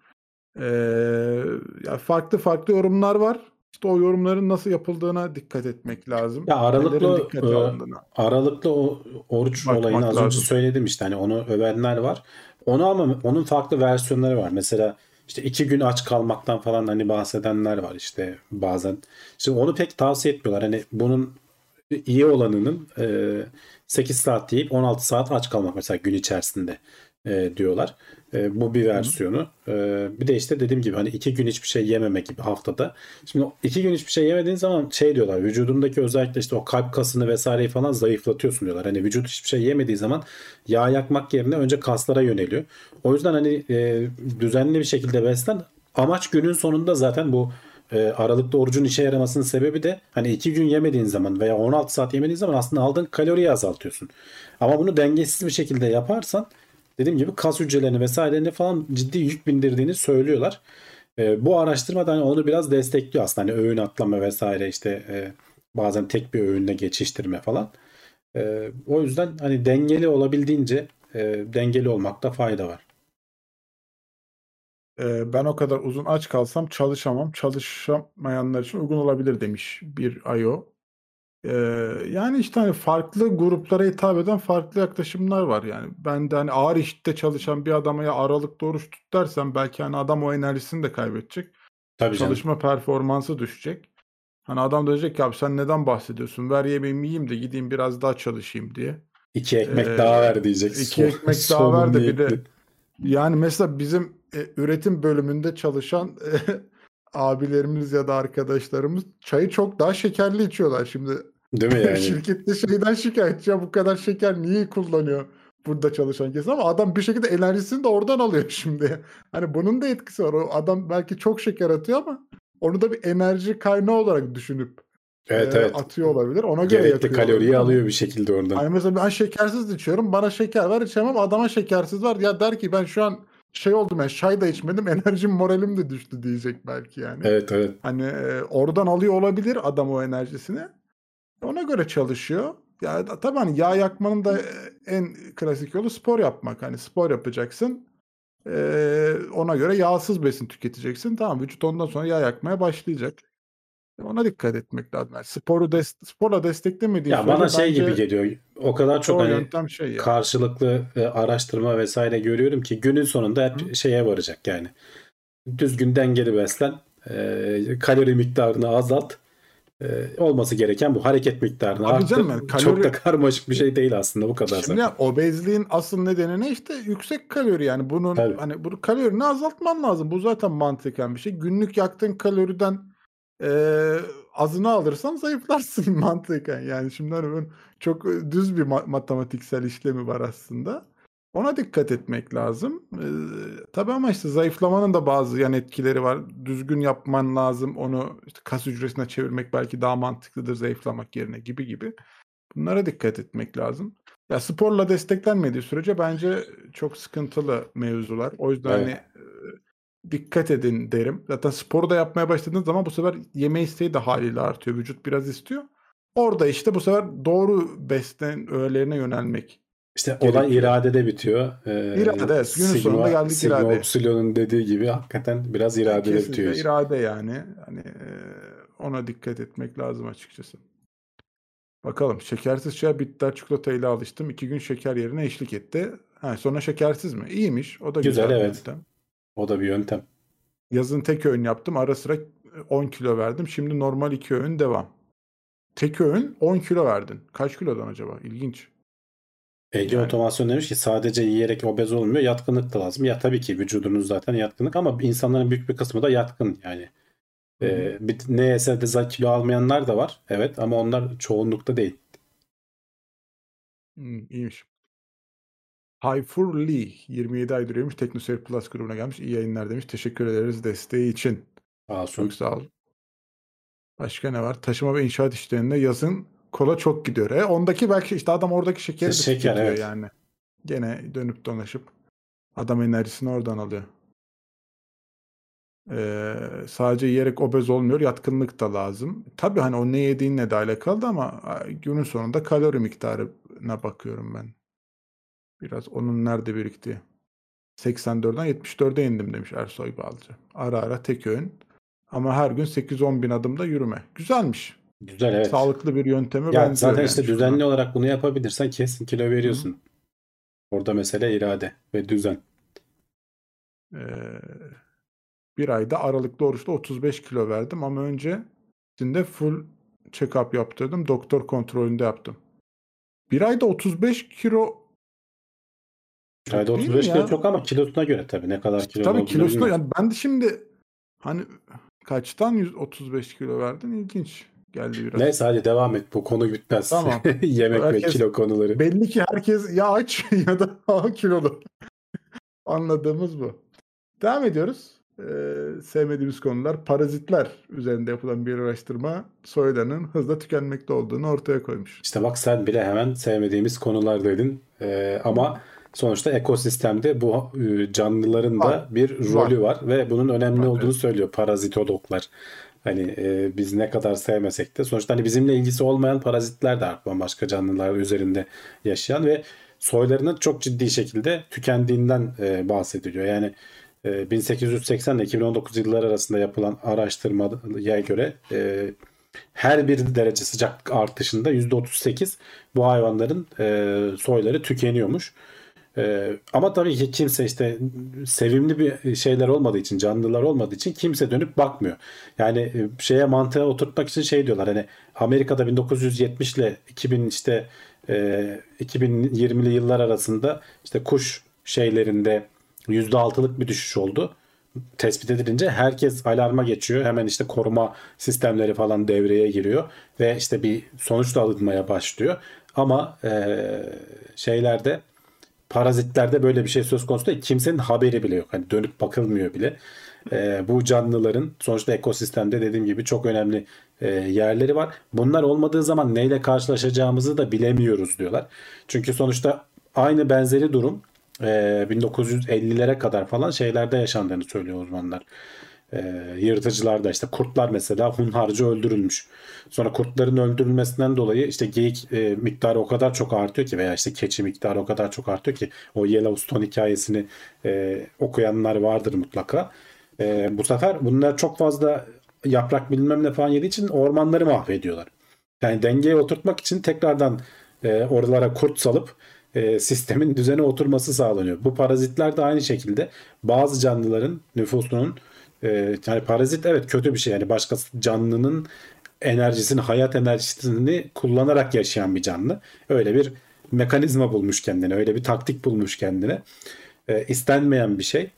Eee, ya farklı farklı yorumlar var. İşte o yorumların nasıl yapıldığına dikkat etmek lazım. Ya Nelerin aralıklı e, dikkate alındığına aralıklı o oruç olayını bakmak az önce lazım. söyledim işte hani onu övenler var. Onu ama onun farklı versiyonları var. Mesela işte iki gün aç kalmaktan falan hani bahsedenler var işte bazen. Şimdi onu pek tavsiye etmiyorlar. Hani bunun iyi olanının e, sekiz saat deyip on altı saat aç kalmak mesela gün içerisinde e, diyorlar. E, bu bir Hı. versiyonu. E, bir de işte dediğim gibi hani iki gün hiçbir şey yememe gibi haftada. Şimdi o iki gün hiçbir şey yemediğin zaman şey diyorlar vücudundaki özellikle işte o kalp kasını vesaireyi falan zayıflatıyorsun diyorlar. Hani vücut hiçbir şey yemediği zaman yağ yakmak yerine önce kaslara yöneliyor. O yüzden hani e, düzenli bir şekilde beslen. Amaç günün sonunda zaten bu e, aralıklı orucun işe yaramasının sebebi de hani iki gün yemediğin zaman veya on altı saat yemediğin zaman aslında aldığın kaloriyi azaltıyorsun. Ama bunu dengesiz bir şekilde yaparsan dediğim gibi kas hücrelerini vesairelerini falan ciddi yük bindirdiğini söylüyorlar. E, bu araştırma da hani onu biraz destekliyor aslında. Hani öğün atlama vesaire işte e, bazen tek bir öğünle geçiştirme falan. E, o yüzden hani dengeli olabildiğince e, dengeli olmakta fayda var. Ee, ben o kadar uzun aç kalsam çalışamam. Çalışamayanlar için uygun olabilir demiş bir I O. Ee, yani işte hani farklı gruplara hitap eden farklı yaklaşımlar var yani. Ben de hani ağır işte çalışan bir adama ya aralıklı oruç tut dersem belki hani adam o enerjisini de kaybedecek. Tabii canım. Çalışma performansı düşecek. Hani adam da diyecek ki abi sen neden bahsediyorsun? Ver yemeğimi yiyeyim de gideyim biraz daha çalışayım diye. İki ekmek Ee, daha ver diyecek. iki Son, ekmek daha sonun ver de bir niyetli. de yani mesela bizim e, üretim bölümünde çalışan e, abilerimiz ya da arkadaşlarımız çayı çok daha şekerli içiyorlar. Şimdi Değil mi yani? şirkette şeyden şikayetçi ya bu kadar şeker niye kullanıyor burada çalışan kesin ama adam bir şekilde enerjisini de oradan alıyor şimdi. Hani bunun da etkisi var. O adam belki çok şeker atıyor ama onu da bir enerji kaynağı olarak düşünüp Evet e, evet. atıyor olabilir. Ona göre Gerekli yakıyor olabilir kaloriyi ama alıyor bir şekilde oradan. hani mesela ben şekersiz içiyorum. Bana şeker ver içemem. Adama şekersiz var. Ya der ki ben şu an şey oldum ya çay da içmedim. Enerjim moralim de düştü diyecek belki yani. Evet evet. Hani e, oradan alıyor olabilir adam o enerjisini. Ona göre çalışıyor. Ya da- tabii hani yağ yakmanın da e, en klasik yolu spor yapmak. Hani spor yapacaksın. E, ona göre yağsız besin tüketeceksin. Tamam vücut ondan sonra yağ yakmaya başlayacak. Ona dikkat etmek lazım. Yani sporu des- sporla desteklemediğin Ya bana sürece şey gibi bence geliyor. O kadar çok çoğu hani yöntem şey ya. karşılıklı e, araştırma vesaire görüyorum ki günün sonunda Hı? hep şeye varacak yani. Düzgün dengeli beslen, e, kalori miktarını azalt. E, olması gereken bu. Hareket miktarını Tabii canım arttır. yani Çok da kalori karmaşık bir şey değil aslında, bu kadar şimdi zaten. ya obezliğin asıl nedeni ne işte yüksek kalori yani bunun Tabii. hani bu kalorini azaltman lazım. Bu zaten mantıken bir şey. Günlük yaktığın kaloriden eee, azını alırsan zayıflarsın mantıken. Yani şimdi hani bunun çok düz bir ma- matematiksel işlemi var aslında. Ona dikkat etmek lazım. Eee tabii ama işte zayıflamanın da bazı yan etkileri var. Düzgün yapman lazım. Onu işte kas hücresine çevirmek belki daha mantıklıdır zayıflamak yerine gibi gibi. Bunlara dikkat etmek lazım. Ya sporla desteklenmediği sürece bence çok sıkıntılı mevzular. O yüzden hani Evet. e, dikkat edin derim. Zaten sporu da yapmaya başladığınız zaman bu sefer yeme isteği de haliyle artıyor. Vücut biraz istiyor. Orada işte bu sefer doğru beslen öğelerine yönelmek İşte olay gerekiyor. iradede bitiyor. İrade E, evet. Günün sonunda Sigma, geldik Sigma iradeye. Upsilon'un dediği gibi hakikaten biraz Yani iradede bitiyor kesinlikle iş. irade yani. Hani e, ona dikkat etmek lazım açıkçası. Bakalım şekersiz çay bitter çikolatayla alıştım. İki gün şeker yerine eşlik etti. Ha, sonra şekersiz mi? İyiymiş. O da Güzel, güzel bir evet. yöntem. O da bir yöntem. Yazın tek öğün yaptım. Ara sıra on kilo verdim. Şimdi normal iki öğün devam. Tek öğün on kilo verdin. Kaç kilodan acaba? İlginç. Ege Yani Otomasyon demiş ki sadece yiyerek obez olmuyor, yatkınlık da lazım. Ya tabii ki vücudunuz zaten yatkınlık ama insanların büyük bir kısmı da yatkın yani. hı hı. Ee, bir, ne yese de za- kilo almayanlar da var. Evet ama onlar çoğunlukta değil. Hmm, iyiymiş. Hayfur Lee yirmi yedi ay duruyormuş. TeknoSeyir Plus grubuna gelmiş. İyi yayınlar demiş. Teşekkür ederiz desteği için. Çok Asun. sağ ol. Başka ne var? Taşıma ve inşaat işlerinde yazın kola çok gidiyor. E, ondaki belki işte adam oradaki İşte şekeri de şeker, tüketiyor evet. yani. Gene dönüp dolaşıp adam enerjisini oradan alıyor. Ee, sadece yiyerek obez olmuyor. Yatkınlık da lazım. Tabii hani o ne yediğinle de alakalı ama a, günün sonunda kalori miktarına bakıyorum ben. Biraz onun nerede biriktiği. seksen dörtten yetmiş dörde indim demiş Ersoy Balcı. Ara ara tek öğün. Ama her gün sekiz on bin adımda yürüme. Güzelmiş. Güzel, evet. Sağlıklı bir yönteme Ya benziyor zaten yani işte şu an. düzenli olarak bunu yapabilirsen kesin kilo Hı hı. veriyorsun. Orada mesele irade ve düzen. Ee, bir ayda aralıklı oruçla otuz beş kilo verdim ama önce şimdi full check-up yaptırdım. Doktor kontrolünde yaptım. Bir ayda otuz beş kilo Bir ayda çok değil mi otuz beş kilo ya? çok ama kilosuna göre tabii ne kadar İşte kilolu tabii olduğunu kilosuna bilmiyorum. yani ben de şimdi hani kaçtan yüz otuz beş kilo verdin? İlginç geldi biraz. Neyse hadi devam et. Bu konu bitmez. Tamam. Yemek ve Herkes kilo konuları. belli ki herkes ya aç ya da kilolu. Anladığımız bu. Devam ediyoruz. Ee, sevmediğimiz konular parazitler üzerinde yapılan bir araştırma soydanın hızla tükenmekte olduğunu ortaya koymuş. İşte bak sen bile hemen sevmediğimiz konular dedin. Ee, ama sonuçta ekosistemde bu e, canlıların Var. da bir Var. rolü var ve bunun önemli Var. olduğunu Evet. söylüyor parazitologlar. Hani e, biz ne kadar sevmesek de sonuçta hani bizimle ilgisi olmayan parazitler de var, bambaşka canlılar üzerinde yaşayan ve soylarının çok ciddi şekilde tükendiğinden e, bahsediliyor. Yani e, bin sekiz yüz seksen ile iki bin on dokuz yılları arasında yapılan araştırmaya göre e, her bir derece sıcaklık artışında yüzde otuz sekiz bu hayvanların e, soyları tükeniyormuş. E, ama tabii ki kimse işte sevimli bir şeyler olmadığı için, canlılar olmadığı için kimse dönüp bakmıyor. Yani e, şeye mantığa oturtmak için şey diyorlar, hani Amerika'da bin dokuz yüz yetmiş ile iki bin işte e, iki bin yirmili yıllar arasında işte kuş şeylerinde yüzde altılık bir düşüş oldu tespit edilince herkes alarma geçiyor. Hemen işte koruma sistemleri falan devreye giriyor ve işte bir sonuç da alınmaya başlıyor. Ama eee, şeylerde parazitlerde böyle bir şey söz konusu değil. Kimsenin haberi bile yok. Hani dönüp bakılmıyor bile. Eee, bu canlıların sonuçta ekosistemde dediğim gibi çok önemli eee, yerleri var. Bunlar olmadığı zaman neyle karşılaşacağımızı da bilemiyoruz diyorlar. Çünkü sonuçta aynı benzeri durum eee, bin dokuz yüz ellilere kadar falan şeylerde yaşandığını söylüyor uzmanlar. Eee yırtıcılarda işte kurtlar mesela hunharca öldürülmüş. Sonra kurtların öldürülmesinden dolayı işte geyik e, miktarı o kadar çok artıyor ki veya işte keçi miktarı o kadar çok artıyor ki o Yellowstone hikayesini e, okuyanlar vardır mutlaka. E, bu sefer bunlar çok fazla yaprak bilmem ne falan yediği için ormanları mahvediyorlar. Yani dengeye oturtmak için tekrardan e, oralara kurt salıp e, sistemin düzene oturması sağlanıyor. Bu parazitler de aynı şekilde bazı canlıların nüfusunun e, yani parazit evet kötü bir şey. Yani başka canlının enerjisini, hayat enerjisini kullanarak yaşayan bir canlı. Öyle bir mekanizma bulmuş kendine, öyle bir taktik bulmuş kendine. E, istenmeyen bir şey.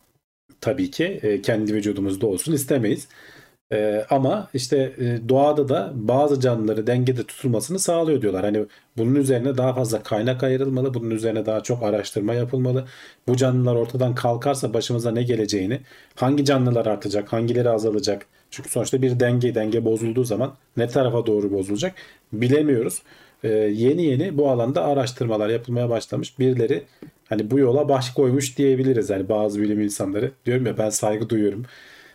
Tabii ki e, kendi vücudumuzda olsun istemeyiz. Ee, ama işte e, doğada da bazı canlıları dengede tutulmasını sağlıyor diyorlar. Hani bunun üzerine daha fazla kaynak ayrılmalı, bunun üzerine daha çok araştırma yapılmalı. Bu canlılar ortadan kalkarsa başımıza ne geleceğini, hangi canlılar artacak, hangileri azalacak. Çünkü sonuçta bir denge, denge bozulduğu zaman ne tarafa doğru bozulacak bilemiyoruz. Ee, yeni yeni bu alanda araştırmalar yapılmaya başlamış. Birileri hani bu yola baş koymuş diyebiliriz. Yani bazı bilim insanları, diyorum ya, ben saygı duyuyorum.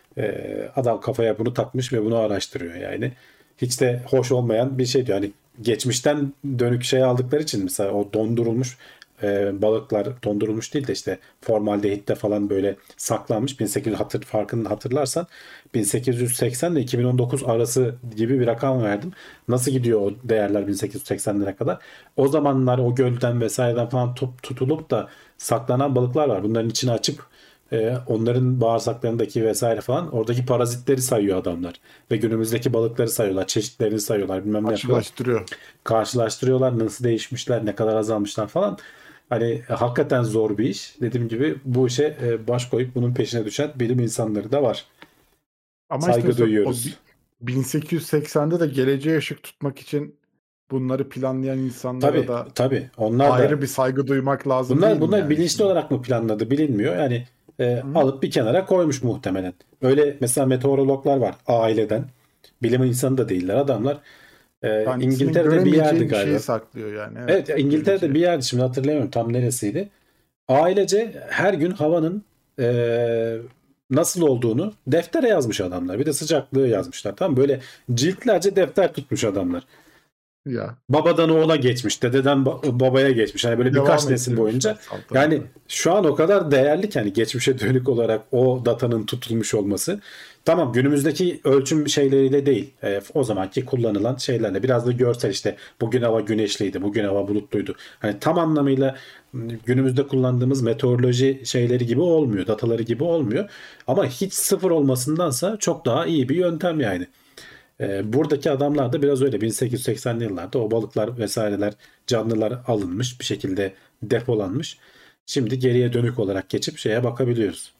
Ee, adam kafaya bunu takmış ve bunu araştırıyor yani. Hiç de hoş olmayan bir şey diyor. Hani geçmişten dönük şey aldıkları için mesela o dondurulmuş e, balıklar dondurulmuş değil de işte formaldehitte falan böyle saklanmış. bin sekiz yüz hatır farkını hatırlarsan bin sekiz yüz seksen ile iki bin on dokuz arası gibi bir rakam verdim. Nasıl gidiyor o değerler bin sekiz yüz seksenlere kadar? O zamanlar o gölden vesaireden falan tut- tutulup da saklanan balıklar var. Bunların içini açıp e, onların bağırsaklarındaki vesaire falan oradaki parazitleri sayıyor adamlar. Ve günümüzdeki balıkları sayıyorlar. Çeşitlerini sayıyorlar. Bilmem ne yapıyorlar. Karşılaştırıyor. Karşılaştırıyorlar. Nasıl değişmişler, ne kadar azalmışlar falan. Hani e, hakikaten zor bir iş. Dediğim gibi bu işe e, baş koyup bunun peşine düşen bilim insanları da var. Ama işte Saygı mesela o duyuyoruz. bi- bin sekiz yüz seksende de geleceğe ışık tutmak için bunları planlayan insanlara Tabii da tabii. Onlar da ayrı bir saygı duymak lazım bunlar değil mi bunlar yani bilinçli şimdi? olarak mı planladı bilinmiyor. Yani e, Hı? alıp bir kenara koymuş muhtemelen. Öyle mesela meteorologlar var aileden. Bilim insanı da değiller adamlar. E, Yani senin İngiltere'de bir yerdi göremeyeceğin bir şeyi galiba. saklıyor yani. Evet, Evet, İngiltere'de geleceği. bir yerdi, şimdi hatırlamıyorum tam neresiydi. Ailece her gün havanın e, nasıl olduğunu deftere yazmış adamlar. Bir de sıcaklığı yazmışlar. Tamam, böyle ciltlerce defter tutmuş adamlar. Ya Babadan oğula geçmiş, dededen ba- babaya geçmiş. Hani böyle birkaç devam nesil ettirmişler boyunca. Yani saltanatı. şu an o kadar değerli ki hani geçmişe dönük olarak o datanın tutulmuş olması. Tamam, günümüzdeki ölçüm şeyleriyle değil. E, o zamanki kullanılan şeylerle biraz da görsel, işte bugün hava güneşliydi, bugün hava bulutluydu. Hani tam anlamıyla m, günümüzde kullandığımız meteoroloji şeyleri gibi olmuyor, dataları gibi olmuyor. Ama hiç sıfır olmasındansa çok daha iyi bir yöntem yani. E, buradaki adamlar da biraz öyle bin sekiz yüz seksenli yıllarda o balıklar vesaireler, canlılar alınmış bir şekilde depolanmış. Şimdi geriye dönük olarak geçip şeye bakabiliyoruz.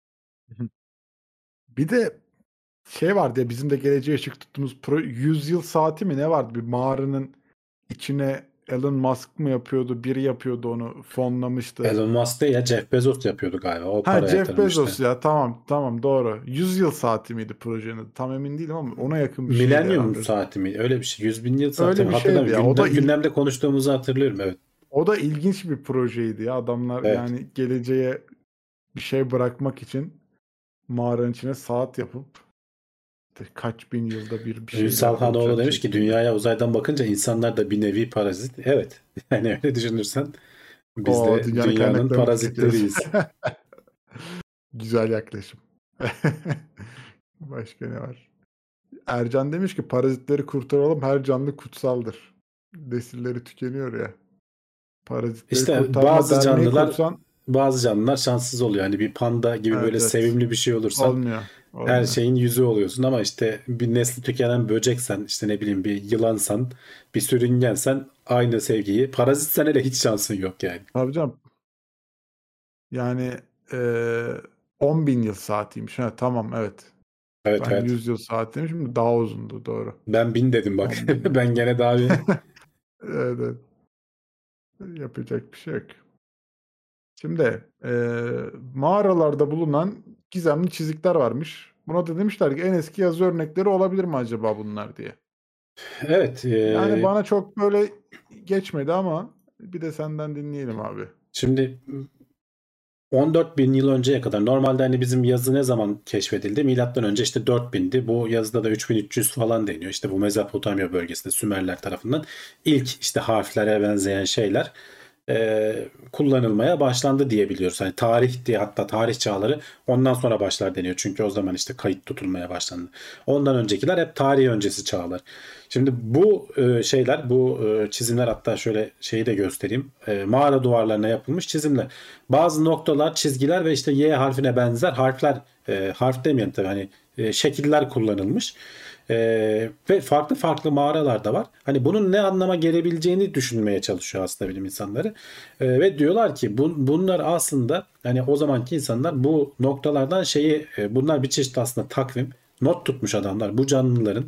Bir de şey vardı ya, bizim de geleceğe ışık tuttuğumuz pro, yüz yıl saati mi ne vardı? Bir mağaranın içine Elon Musk mı yapıyordu? Biri yapıyordu, onu fonlamıştı. Elon Musk değil ya, Jeff Bezos yapıyordu galiba. O Ha, para Jeff Bezos yatırmıştı. ya, tamam tamam doğru. yüz yıl saati miydi projenin? Tam emin değilim ama ona yakın bir şeydi Millennium herhalde. saati mi? Öyle bir şey. Yüz bin yıl saati mi? Öyle bir şeydi ya. Hatırlamıyorum. O da Gündem, il, gündemde konuştuğumuzu hatırlıyorum. Evet. o da ilginç bir projeydi ya. Adamlar Evet. yani geleceğe bir şey bırakmak için mağaranın içine saat yapıp işte kaç bin yılda bir bir Ünsal şeyler Hanoğlu olacak demiş ki şeklinde. dünyaya uzaydan bakınca insanlar da bir nevi parazit. Evet. Yani öyle düşünürsen. Biz O de dünyanın dünyanın kaynaklarını parazitleriyiz. tüketiyoruz. Güzel yaklaşım. Başka ne var? Ercan demiş ki parazitleri kurtaralım, her canlı kutsaldır. Nesilleri tükeniyor ya. Parazitleri İşte kurtarma bazı derneği canlılar kursan, bazı canlılar şanssız oluyor. Hani bir panda gibi evet böyle evet, sevimli bir şey olursan olmuyor. her Olmuyor. şeyin yüzü oluyorsun ama işte bir nesli tükenen böceksen, işte ne bileyim bir yılansan, bir sürüngensen aynı sevgiyi. Parazitsen hele hiç şansın yok yani. Tabii canım. Yani eee on bin yıl saatiymiş. Ha, tamam evet. Evet Ben evet. yüz yıl saat demişim. Daha uzundu, doğru. Ben bin dedim bak. on bin yıl. Ben gene daha bir Evet, evet. Yapacak bir şey yok. Şimdi eee, mağaralarda bulunan gizemli çizikler varmış. Buna da demişler ki en eski yazı örnekleri olabilir mi acaba bunlar diye. evet. Yani e, bana çok böyle geçmedi ama bir de senden dinleyelim abi. şimdi on dört bin yıl önceye kadar normalde hani bizim yazı ne zaman keşfedildi? Milattan önce işte dört bindi. Bu yazıda da üç bin üç yüz falan deniyor. İşte bu Mezopotamya bölgesinde Sümerler tarafından ilk işte harflere benzeyen şeyler e, kullanılmaya başlandı diye biliyoruz. Hani tarih diye, hatta tarih çağları ondan sonra başlar deniyor. Çünkü o zaman işte kayıt tutulmaya başlandı. Ondan öncekiler hep tarih öncesi çağlar. Şimdi bu e, şeyler, bu e, çizimler, hatta şöyle şeyi de göstereyim. E, mağara duvarlarına yapılmış çizimler. Bazı noktalar, çizgiler ve işte Y harfine benzer harfler, e, harf demeyelim tabii, hani e, şekiller kullanılmış. Ee, ve farklı farklı mağaralar da var. Hani bunun ne anlama gelebileceğini düşünmeye çalışıyor aslında bilim insanları. Ee, ve diyorlar ki bu, bunlar aslında hani o zamanki insanlar bu noktalardan şeyi, e, bunlar bir çeşit aslında takvim, not tutmuş adamlar. Bu canlıların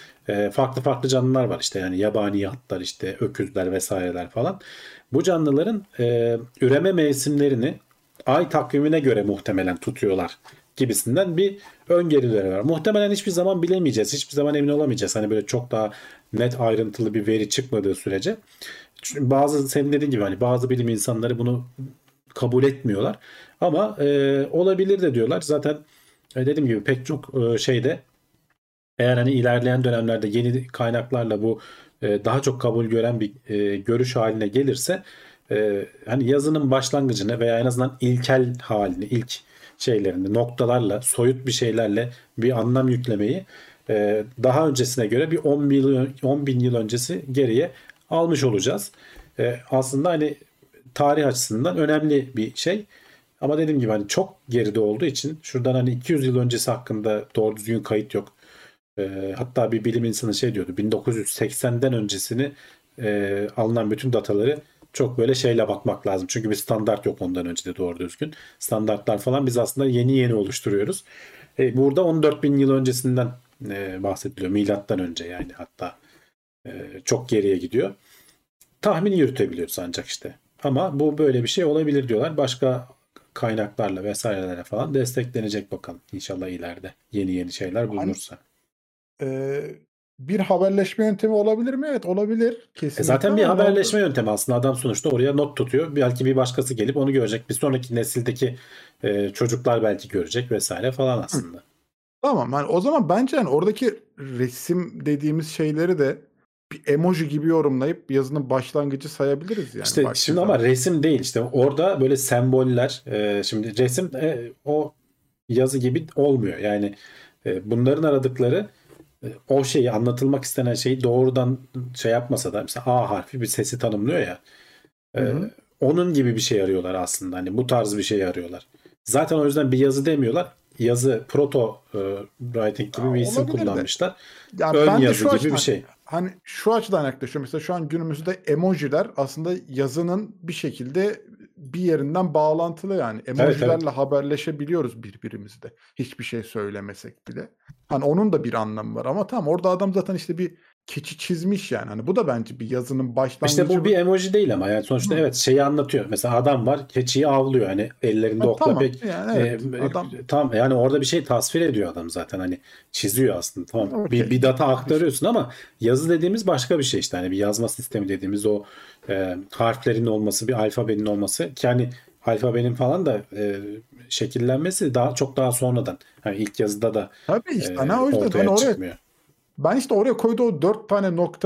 e, farklı farklı canlılar var işte, yani yabani atlar, işte öküzler vesaireler falan. Bu canlıların e, üreme mevsimlerini ay takvimine göre muhtemelen tutuyorlar gibisinden bir öngörüleri var. Muhtemelen hiçbir zaman bilemeyeceğiz. Hiçbir zaman emin olamayacağız. Hani böyle çok daha net ayrıntılı bir veri çıkmadığı sürece. Çünkü bazı, senin dediğin gibi, hani bazı bilim insanları bunu kabul etmiyorlar. Ama e, olabilir de diyorlar. Zaten e, dediğim gibi pek çok e, şeyde, eğer hani ilerleyen dönemlerde yeni kaynaklarla bu e, daha çok kabul gören bir e, görüş haline gelirse, e, hani yazının başlangıcını veya en azından ilkel halini, ilk şeylerini noktalarla, soyut bir şeylerle bir anlam yüklemeyi e, daha öncesine göre bir on bin yıl, on bin yıl öncesi geriye almış olacağız. E, aslında hani tarih açısından önemli bir şey. Ama dediğim gibi hani çok geride olduğu için, şuradan hani iki yüz yıl öncesi hakkında doğru düzgün kayıt yok. E, hatta bir bilim insanı şey diyordu, bin dokuz yüz seksenden öncesini e, alınan bütün dataları çok böyle şeyle bakmak lazım. Çünkü bir standart yok ondan önce de doğru düzgün. Standartlar falan biz aslında yeni yeni oluşturuyoruz. E, burada on dört bin yıl öncesinden e, bahsediliyor. Milattan önce yani, hatta e, çok geriye gidiyor. Tahmini yürütebiliyoruz ancak işte. Ama bu böyle bir şey olabilir diyorlar. Başka kaynaklarla vesairelerle falan desteklenecek bakalım. İnşallah ileride yeni yeni şeyler Hani bulunursa. eee, bir haberleşme yöntemi olabilir mi? Evet, olabilir E kesinlikle zaten bir ama ne oldu? haberleşme yöntemi aslında. Adam sonuçta oraya not tutuyor. Belki bir başkası gelip onu görecek. Bir sonraki nesildeki e, çocuklar belki görecek vesaire falan Hı, aslında. tamam. Yani o zaman bence hani oradaki resim dediğimiz şeyleri de bir emoji gibi yorumlayıp yazının başlangıcı sayabiliriz yani İşte baktığın şimdi ama zaman. resim değil, işte orada böyle semboller, e, şimdi resim e, o yazı gibi olmuyor. Yani e, bunların aradıkları e, o şeyi, anlatılmak istenen şeyi doğrudan şey yapmasa da, mesela A harfi bir sesi tanımlıyor ya. Hı Ee, hı. onun gibi bir şey arıyorlar aslında. Hani bu tarz bir şey arıyorlar. Zaten o yüzden bir yazı demiyorlar. Yazı, proto e, writing Ya, gibi bir isim olabilir de. kullanmışlar. Ya Ön ben de yazı şu gibi bir açıdan şey. hani şu açıdan yaklaşıyorum. Mesela şu an günümüzde emojiler aslında yazının bir şekilde bir yerinden bağlantılı yani. Evet evet. Emojilerle haberleşebiliyoruz birbirimizle. Hiçbir şey söylemesek bile. Hani onun da bir anlamı var ama tamam, orada adam zaten işte bir keçi çizmiş yani. Hani bu da bence bir yazının İşte başlangıcı. bu bir emoji değil ama yani sonuçta Hı. evet şeyi anlatıyor. Mesela adam var, keçiyi avlıyor, hani ellerinde Ha, okla tamam pek yani, e, evet e, adam tam yani orada bir şey tasvir ediyor adam zaten, hani çiziyor aslında, tamam, bir, okey. bir data İşte, aktarıyorsun ama yazı dediğimiz başka bir şey, işte hani bir yazma sistemi dediğimiz o e, harflerin olması, bir alfabenin olması ki hani alfabenin falan da e, şekillenmesi daha çok daha sonradan, hani ilk yazıda da tabii işte e, hani o yüzden hani ortaya oraya çıkmıyor. ben işte oraya koyduğu o dört tane noktanın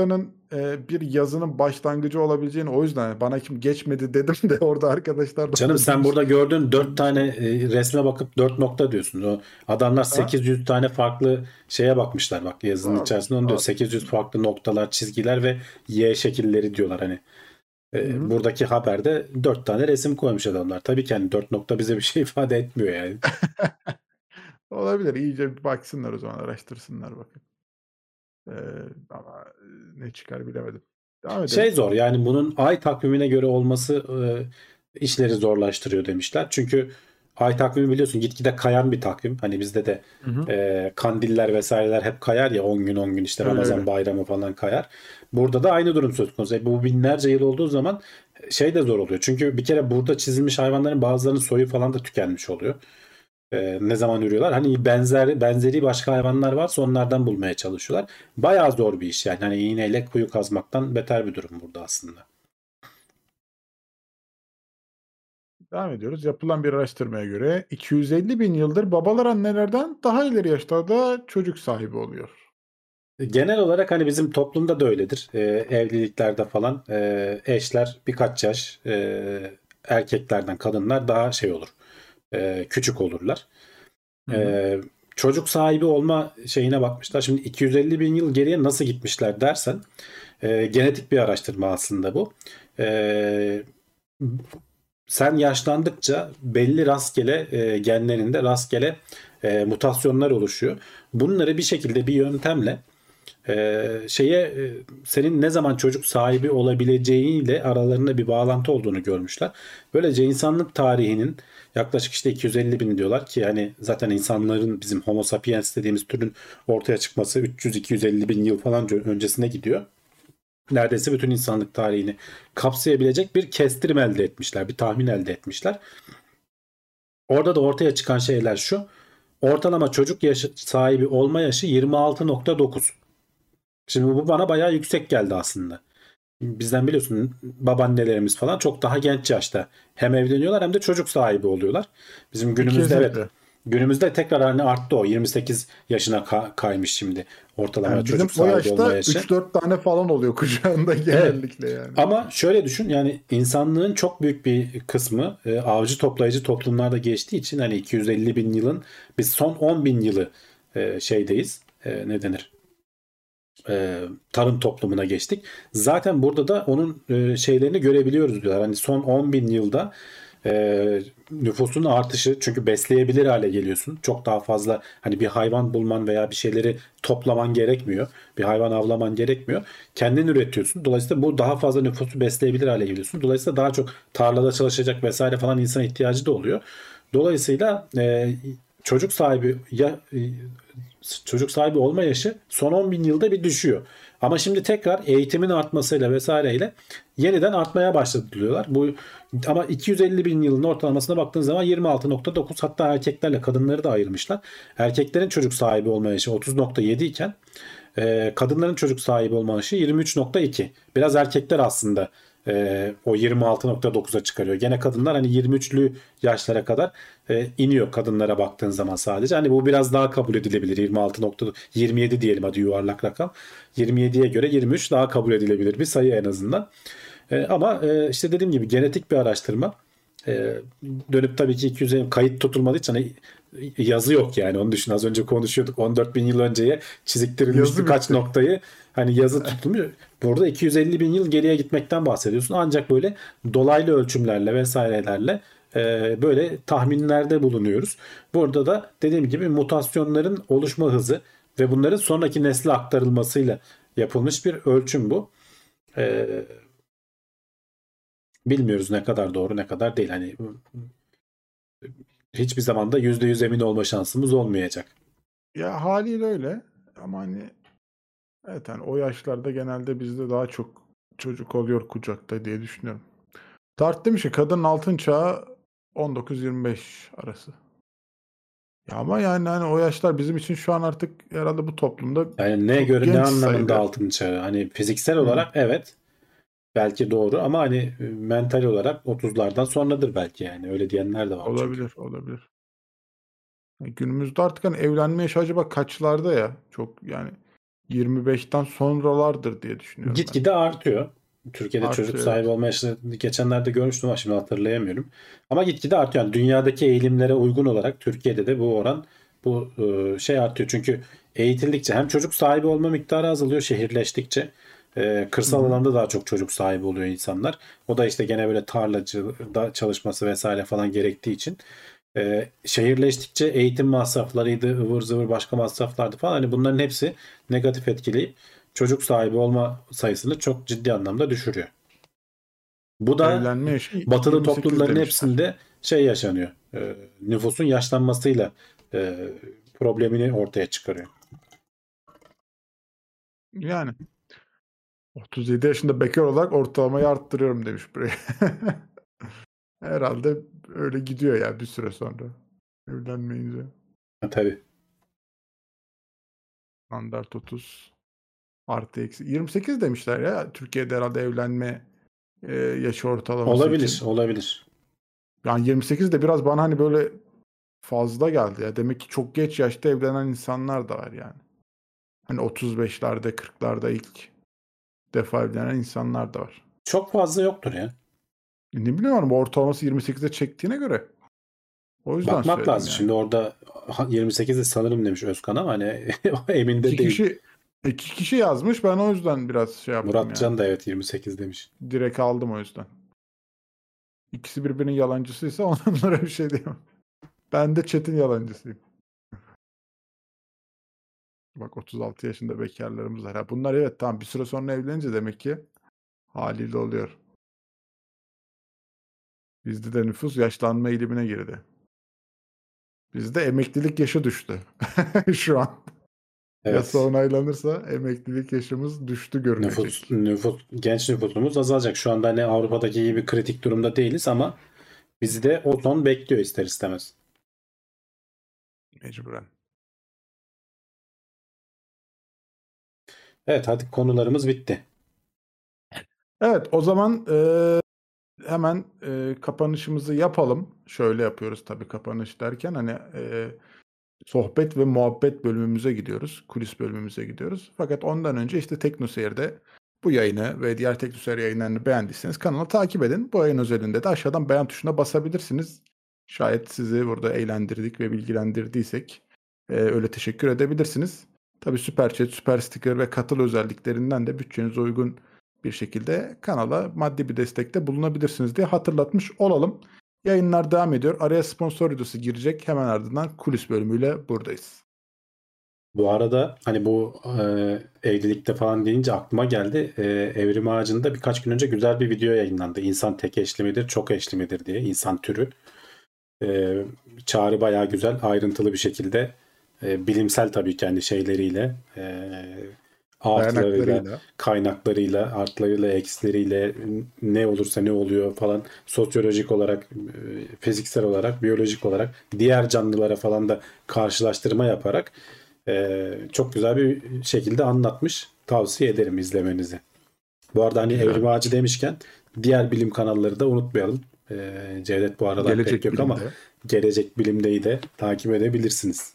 e, bir yazının başlangıcı olabileceğini, o yüzden yani bana kim geçmedi dedim de orada arkadaşlar da Canım sen demiş. burada gördüğün dört tane e, resme bakıp dört nokta diyorsun. O adamlar Ha? sekiz yüz tane farklı şeye bakmışlar, bak yazının Abi, içerisinde onu diyor. abi. sekiz yüz farklı noktalar, çizgiler ve Y şekilleri diyorlar hani. Hı E, hı. buradaki haberde dört tane resim koymuş adamlar. Tabii ki hani dört nokta bize bir şey ifade etmiyor yani. Olabilir. İyice bir baksınlar o zaman, araştırsınlar bakın. Ee, ama e, ne çıkar bilemedim. Devam Şey edelim. zor yani, bunun ay takvimine göre olması e, işleri zorlaştırıyor demişler. Çünkü ay takvimi biliyorsun gitgide kayan bir takvim. Hani bizde de Hı hı. e, kandiller vesaireler hep kayar ya, on gün on gün işte Öyle Ramazan öyle. bayramı falan kayar. Burada da aynı durum söz konusu. E, Bu binlerce yıl olduğu zaman şey de zor oluyor. Çünkü bir kere burada çizilmiş hayvanların bazılarının soyu falan da tükenmiş oluyor. E, ne zaman ürüyorlar? Hani benzeri benzeri başka hayvanlar varsa onlardan bulmaya çalışıyorlar. Bayağı zor bir iş yani. Hani iğneyle kuyu kazmaktan beter bir durum burada aslında. Devam ediyoruz. Yapılan bir araştırmaya göre iki yüz elli bin yıldır babalar annelerden daha ileri yaşlarda çocuk sahibi oluyor. Genel olarak hani bizim toplumda da öyledir. Ee, evliliklerde falan e, eşler birkaç yaş e, erkeklerden kadınlar daha şey olur. e, küçük olurlar. Hı hı. E, çocuk sahibi olma şeyine bakmışlar. Şimdi iki yüz elli bin yıl geriye nasıl gitmişler dersen e, genetik bir araştırma aslında bu. E, sen yaşlandıkça belli rastgele e, genlerinde rastgele e, mutasyonlar oluşuyor. Bunları bir şekilde bir yöntemle Ee, şeye e, senin ne zaman çocuk sahibi olabileceğiyle aralarında bir bağlantı olduğunu görmüşler. Böylece insanlık tarihinin yaklaşık işte iki yüz elli bin diyorlar ki yani zaten insanların, bizim Homo sapiens dediğimiz türün ortaya çıkması üç yüz iki yüz elli bin yıl falan öncesine gidiyor. Neredeyse bütün insanlık tarihini kapsayabilecek bir kestirim elde etmişler, bir tahmin elde etmişler. Orada da ortaya çıkan şeyler şu: ortalama çocuk yaşı, sahibi olma yaşı yirmi altı nokta dokuz. Şimdi bu bana bayağı yüksek geldi aslında. Bizden biliyorsun babaannelerimiz falan çok daha genç yaşta hem evleniyorlar hem de çocuk sahibi oluyorlar. Bizim günümüzde evet, Kesinlikle. günümüzde tekrar hani arttı o. yirmi sekiz yaşına ka- kaymış şimdi ortalama Yani bizim çocuk o sahibi olma yaşta yaşı. üç dört tane falan oluyor kucağında Evet. genellikle yani. Ama şöyle düşün yani, insanlığın çok büyük bir kısmı e, avcı toplayıcı toplumlarda geçtiği için hani iki yüz elli bin yılın biz son on bin yılı e, şeydeyiz. E, ne denir? e, tarım toplumuna geçtik. Zaten burada da onun e, şeylerini görebiliyoruz diyorlar. Hani son on bin yılda e, nüfusun artışı, çünkü besleyebilir hale geliyorsun. Çok daha fazla hani bir hayvan bulman veya bir şeyleri toplaman gerekmiyor. Bir hayvan avlaman gerekmiyor. Kendin üretiyorsun. Dolayısıyla bu daha fazla nüfusu besleyebilir hale geliyorsun. Dolayısıyla daha çok tarlada çalışacak vesaire falan insan ihtiyacı da oluyor. Dolayısıyla e, çocuk sahibi ya çocuk sahibi olma yaşı son on bin yılda bir düşüyor. Ama şimdi tekrar eğitimin artmasıyla vesaireyle yeniden artmaya başladı diyorlar. Bu ama iki yüz elli bin yılın ortalamasına baktığın zaman yirmi altı nokta dokuz, hatta erkeklerle kadınları da ayırmışlar. Erkeklerin çocuk sahibi olma yaşı otuz nokta yedi iken e, kadınların çocuk sahibi olma yaşı yirmi üç nokta iki. Biraz erkekler aslında e, o yirmi altı nokta dokuza çıkarıyor. Gene kadınlar hani yirmi üçlü yaşlara kadar e, iniyor kadınlara baktığın zaman sadece. Hani bu biraz daha kabul edilebilir. yirmi altı nokta yirmi yedi diyelim, hadi yuvarlak rakam. yirmi yediye göre yirmi üç daha kabul edilebilir bir sayı en azından. E, ama e, işte dediğim gibi genetik bir araştırma. E, dönüp tabii ki iki yüze kayıt tutulmadığı için hani yazı yok yani. Onu düşün, az önce konuşuyorduk, on dört bin yıl önceye çiziktirilmiş Yazı birkaç bitti. noktayı hani yazı tutulmuş. Burada iki yüz elli bin yıl geriye gitmekten bahsediyorsun. Ancak böyle dolaylı ölçümlerle vesairelerle e, böyle tahminlerde bulunuyoruz. Burada da dediğim gibi mutasyonların oluşma hızı ve bunların sonraki nesle aktarılmasıyla yapılmış bir ölçüm bu. E, bilmiyoruz ne kadar doğru ne kadar değil. Hani hiçbir zaman da yüzde yüz emin olma şansımız olmayacak. Ya haliyle öyle. Ama hani evet, hani o yaşlarda genelde bizde daha çok çocuk oluyor kucakta diye düşünüyorum. Tart demiş ki kadının altın çağı on dokuz yirmi beş arası. Ya ama yani hani o yaşlar bizim için şu an artık herhalde bu toplumda Yani neye çok göre, ne genç anlamında sayılıyor. altın çağı? Hani fiziksel Hı. olarak evet belki doğru ama hani e, mental olarak otuzlardan sonradır belki, yani öyle diyenler de var çünkü. Olabilir, olabilir. Ya günümüzde artık hani evlenme yaşı acaba kaçlarda ya? Çok yani yirmi beşten sonralardır diye düşünüyorum ben. Gitgide artıyor. Türkiye'de Artıyor, çocuk sahibi evet. olma yaşı geçenlerde görmüştüm ama şimdi hatırlayamıyorum. Ama gitgide artıyor. Yani dünyadaki eğilimlere uygun olarak Türkiye'de de bu oran bu e, şey artıyor. Çünkü eğitildikçe hem çocuk sahibi olma miktarı azalıyor şehirleştikçe. E, Hı kırsal hı. alanda daha çok çocuk sahibi oluyor insanlar. O da işte gene böyle tarlacı da çalışması vesaire falan gerektiği için. E, şehirleştikçe eğitim masraflarıydı, ıvır zıvır başka masraflardı falan. Hani bunların hepsi negatif etkileyip çocuk sahibi olma sayısını çok ciddi anlamda düşürüyor. Bu da Evlenme yaşı batılı yirmi sekiz toplumların demişler. hepsinde şey yaşanıyor. E, nüfusun yaşlanmasıyla e, problemini ortaya çıkarıyor. Yani otuz yedi yaşında bekar olarak ortalamayı arttırıyorum demiş buraya. Herhalde öyle gidiyor ya bir süre sonra. Evlenmeyince. Ha, tabii. Standart otuz artı eksi. yirmi sekiz demişler ya Türkiye'de herhalde evlenme e, yaşı ortalaması Olabilir, için. olabilir. Yani yirmi sekiz de biraz bana hani böyle fazla geldi ya. Demek ki çok geç yaşta evlenen insanlar da var yani. Hani otuz beşlerde kırklarda ilk defa evlenen insanlar da var. Çok fazla yoktur ya. E ne bileyim bu ortalaması yirmi sekize çektiğine göre. O yüzden Bakmak söyledim lazım. yani. Şimdi orada ha, yirmi sekizde sanırım demiş Özkan ama hani emin de İki değil. kişi iki kişi yazmış. Ben o yüzden biraz şey yaptım yani. Muratcan da evet yirmi sekiz demiş. Direkt aldım o yüzden. İkisi birbirinin yalancısıysa onlara bir şey diyemem. Ben de chat'in yalancısıyım. Bak otuz altı yaşında bekarlarımız var. Ha, bunlar evet tamam bir süre sonra evlenince demek ki haliyle oluyor. Bizde de nüfus yaşlanma eğilimine girdi. Bizde emeklilik yaşı düştü. Şu an. Yasa Evet. onaylanırsa emeklilik yaşımız düştü Nüfus, görünecek. nüfus, genç nüfusumuz azalacak. Şu anda hani Avrupa'daki gibi kritik durumda değiliz ama bizi de o son bekliyor ister istemez. Mecburen. Evet hadi konularımız bitti. Evet o zaman e, hemen e, kapanışımızı yapalım. Şöyle yapıyoruz tabii kapanış derken hani e, sohbet ve muhabbet bölümümüze gidiyoruz. Kulis bölümümüze gidiyoruz. Fakat ondan önce işte TeknoSeyir'de bu yayını ve diğer TeknoSeyir yayınlarını beğendiyseniz kanalı takip edin. Bu yayın özelinde de aşağıdan beğen tuşuna basabilirsiniz. Şayet sizi burada eğlendirdik ve bilgilendirdiysek e, öyle teşekkür edebilirsiniz. Tabii süper chat, süper sticker ve katıl özelliklerinden de bütçenize uygun bir şekilde kanala maddi bir destekte bulunabilirsiniz diye hatırlatmış olalım. Yayınlar devam ediyor. Araya sponsor videosu girecek. Hemen ardından kulis bölümüyle buradayız. Bu arada hani bu e, evlilikte falan deyince aklıma geldi. E, Evrim Ağacı'nda birkaç gün önce güzel bir video yayınlandı. İnsan tek eşli midir, çok eşli midir diye. İnsan türü. E, Çağrı bayağı güzel, ayrıntılı bir şekilde e, bilimsel tabii kendi şeyleriyle, e, artılarıyla, Dayanaklarıyla. kaynaklarıyla, artılarıyla, eksileriyle ne olursa ne oluyor falan sosyolojik olarak, e, fiziksel olarak, biyolojik olarak diğer canlılara falan da karşılaştırma yaparak e, çok güzel bir şekilde anlatmış. Tavsiye ederim izlemenizi. Bu arada hani Güzel. Evrim Ağacı demişken diğer bilim kanalları da unutmayalım. Ee, Cevdet bu aralar Gelecek pek yok ama bilimde. Gelecek Bilim'deyi de takip edebilirsiniz.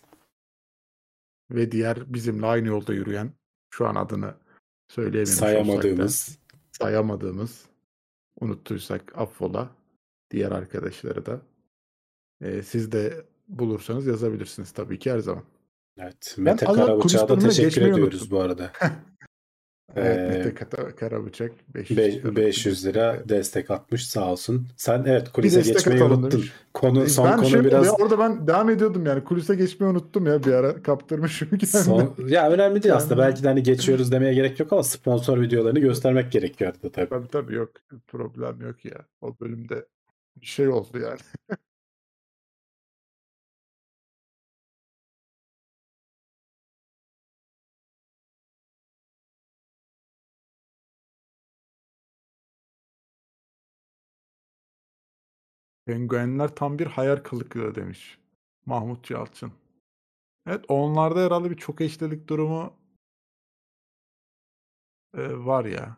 Ve diğer bizimle aynı yolda yürüyen, şu an adını söyleyememiş olsak da Sayamadığımız. sayamadığımız, unuttuysak affola, diğer arkadaşları da e, siz de bulursanız yazabilirsiniz tabii ki her zaman. Evet, Ben Mete az önce Karabıçak'a kulis da bölümüne teşekkür geçmeyi ediyoruz unuttum. bu arada. Evet, Ee, Mete Kata- Karabıçak beş yüz be- liralık bir 500 destek lira verdi. destek atmış sağ olsun. Sen evet Bir kulise destek geçmeyi atalım unuttun. demiş. Konu E, son Ben konu şey oldu ya biraz orada ben devam ediyordum yani kulise geçmeyi unuttum ya bir ara kaptırmışım kendimi. son ya önemli değil aslında. kendimi. Belki de hani geçiyoruz demeye gerek yok ama sponsor videolarını göstermek gerekiyordu tabii. Tabii tabii yok problem yok ya o bölümde bir şey oldu yani. Penguenler tam bir hayal kırıklığı demiş Mahmut Yalçın. Evet onlarda herhalde bir çok eşlilik durumu e, var ya.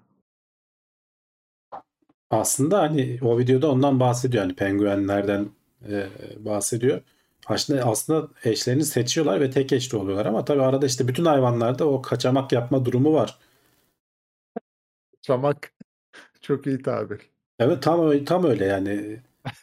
Aslında hani o videoda ondan bahsediyor. Hani penguenlerden e, bahsediyor. Aslında, aslında eşlerini seçiyorlar ve tek eşli oluyorlar ama tabii arada işte bütün hayvanlarda o kaçamak yapma durumu var. Çamak çok iyi tabir. Evet, tam öyle, tam öyle yani.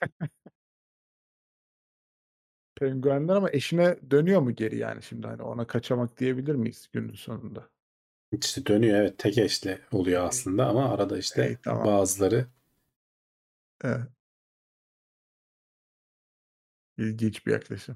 Penguenler ama eşine dönüyor mu geri yani şimdi hani ona kaçamak diyebilir miyiz günün sonunda? İşte dönüyor, evet, tek eşli oluyor aslında ama arada işte Ey, tamam. bazıları Evet. İlginç bir yaklaşım.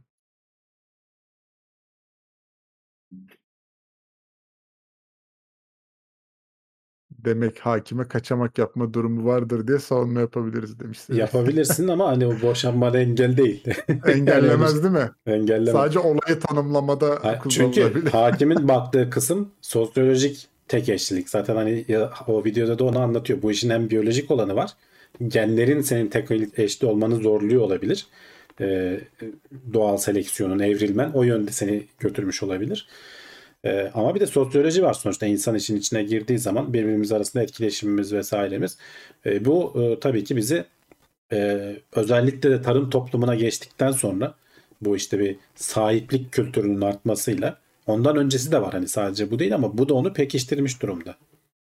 Demek hakime kaçamak yapma durumu vardır diye savunma yapabiliriz demişler. yapabilirsin ama hani o boşanmana engel değil. Yani öyle Engellemez değil mi? engellemez. Sadece olayı tanımlamada Ha, çünkü kullanılabilir. hakimin baktığı kısım sosyolojik tek eşlilik. Zaten hani ya, o videoda da onu anlatıyor. Bu işin hem biyolojik olanı var. Genlerin senin tek eşli olmanı zorluyor olabilir. Ee, doğal seleksiyonun, evrilmen o yönde seni götürmüş olabilir. Ee, ama bir de sosyoloji var sonuçta. İnsan işin içine girdiği zaman birbirimiz arasında etkileşimimiz vesairemiz. Ee, bu e, tabii ki bizi e, özellikle de tarım toplumuna geçtikten sonra bu işte bir sahiplik kültürünün artmasıyla, ondan öncesi de var hani, sadece bu değil ama bu da onu pekiştirmiş durumda.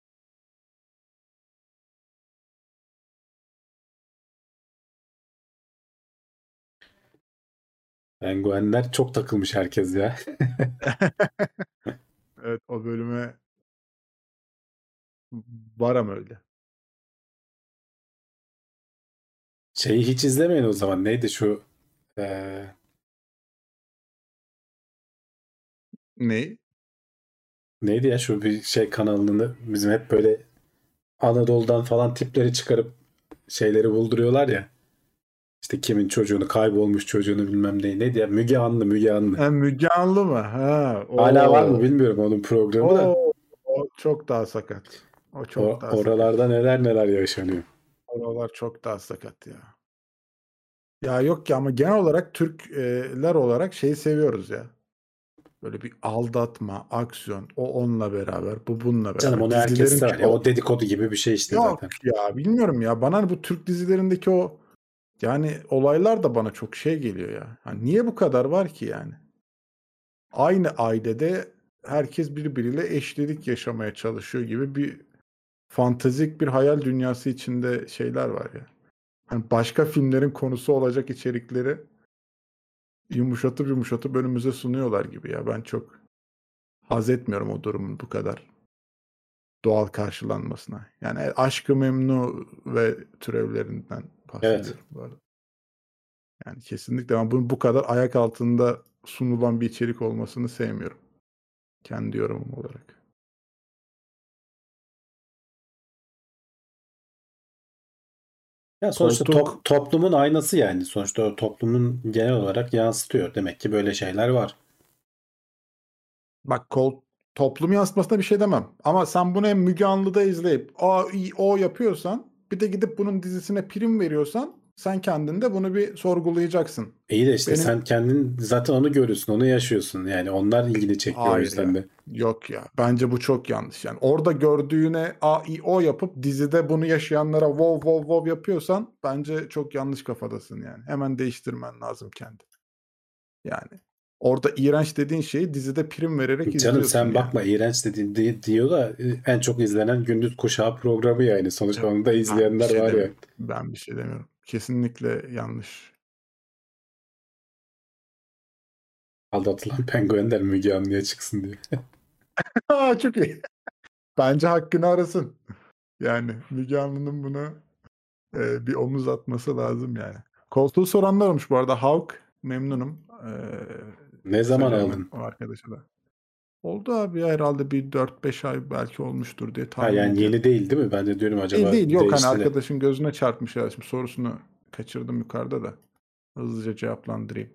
Penguenler çok takılmış herkes ya. Evet, o bölüme var ama öyle. Şeyi hiç izlemeyin o zaman. Neydi şu e, Ne? neydi ya şu bir şey kanalını bizim hep böyle Anadolu'dan falan tipleri çıkarıp şeyleri bulduruyorlar ya. İşte kimin çocuğunu, kaybolmuş çocuğunu bilmem ne. Neydi ya? Müge Anlı, Müge Anlı. Ha, Müge Anlı mı? Ha, Hala var mı o. bilmiyorum onun programı da. O, o çok daha sakat. O çok O, daha sakat. oralarda neler neler yaşanıyor. Oralar çok daha sakat ya. Ya yok ki ama genel olarak Türkler olarak şeyi seviyoruz ya. Böyle bir aldatma, aksiyon. O onunla beraber, bu bununla Canım beraber. onu herkes Dizilerin sever ya. çoğu. O dedikodu gibi bir şey işte Yok zaten. ya bilmiyorum ya. Bana hani bu Türk dizilerindeki o yani olaylar da bana çok şey geliyor ya. Hani niye bu kadar var ki yani? Aynı ailede herkes birbiriyle eşlilik yaşamaya çalışıyor gibi bir fantastik bir hayal dünyası içinde şeyler var ya. Hani başka filmlerin konusu olacak içerikleri yumuşatıp yumuşatıp önümüze sunuyorlar gibi ya. Ben çok haz etmiyorum o durumun bu kadar doğal karşılanmasına. Yani Aşk-ı Memnu ve türevlerinden Evet. bahsediyorum bu arada. Yani kesinlikle ben bunun bu kadar ayak altında sunulan bir içerik olmasını sevmiyorum. Kendi yorumum olarak. Ya sonuçta Koltuk top- toplumun aynası yani. Sonuçta o toplumun genel olarak yansıtıyor. Demek ki böyle şeyler var. Bak kol toplum yansıtmasına bir şey demem. Ama sen bunu hem Müge Anlı'da izleyip o, o yapıyorsan bir de gidip bunun dizisine prim veriyorsan sen kendin de bunu bir sorgulayacaksın. İyi de işte Benim sen kendin zaten onu görüyorsun, onu yaşıyorsun. Yani onlar ilgini çekiyor o hayır yüzden ya. de. Yok ya. Bence bu çok yanlış. Yani orada gördüğüne A, I, O yapıp dizide bunu yaşayanlara wow wow wow yapıyorsan bence çok yanlış kafadasın yani. Hemen değiştirmen lazım kendini. Yani orada iğrenç dediğin şeyi dizide prim vererek Canım izliyorsun sen yani. bakma, iğrenç dedi, di- diyor da e, en çok izlenen Gündüz Kuşağı programı yani. Sonuçta Yok, onu da ben bir izleyenler şey var ya. demiyorum. Ben bir şey demiyorum. Kesinlikle yanlış. Aldatılan penguenler Müge Anlı'ya çıksın diye. Aa, çok iyi. Bence hakkını arasın. Yani Müge Anlı'nın buna e, bir omuz atması lazım yani. Koltuğu soranlar olmuş bu arada. Havk memnunum. E, Ne zaman kısaca hemen aldın? o arkadaşa da. Oldu abi ya, herhalde bir dört beş ay belki olmuştur diye Ha tahmin yani ediyorum. yeni değil değil mi? Ben de diyorum Değil acaba değil yok hani değişti de. arkadaşın gözüne çarpmış ya. Şimdi sorusunu kaçırdım yukarıda da. Hızlıca cevaplandırayım.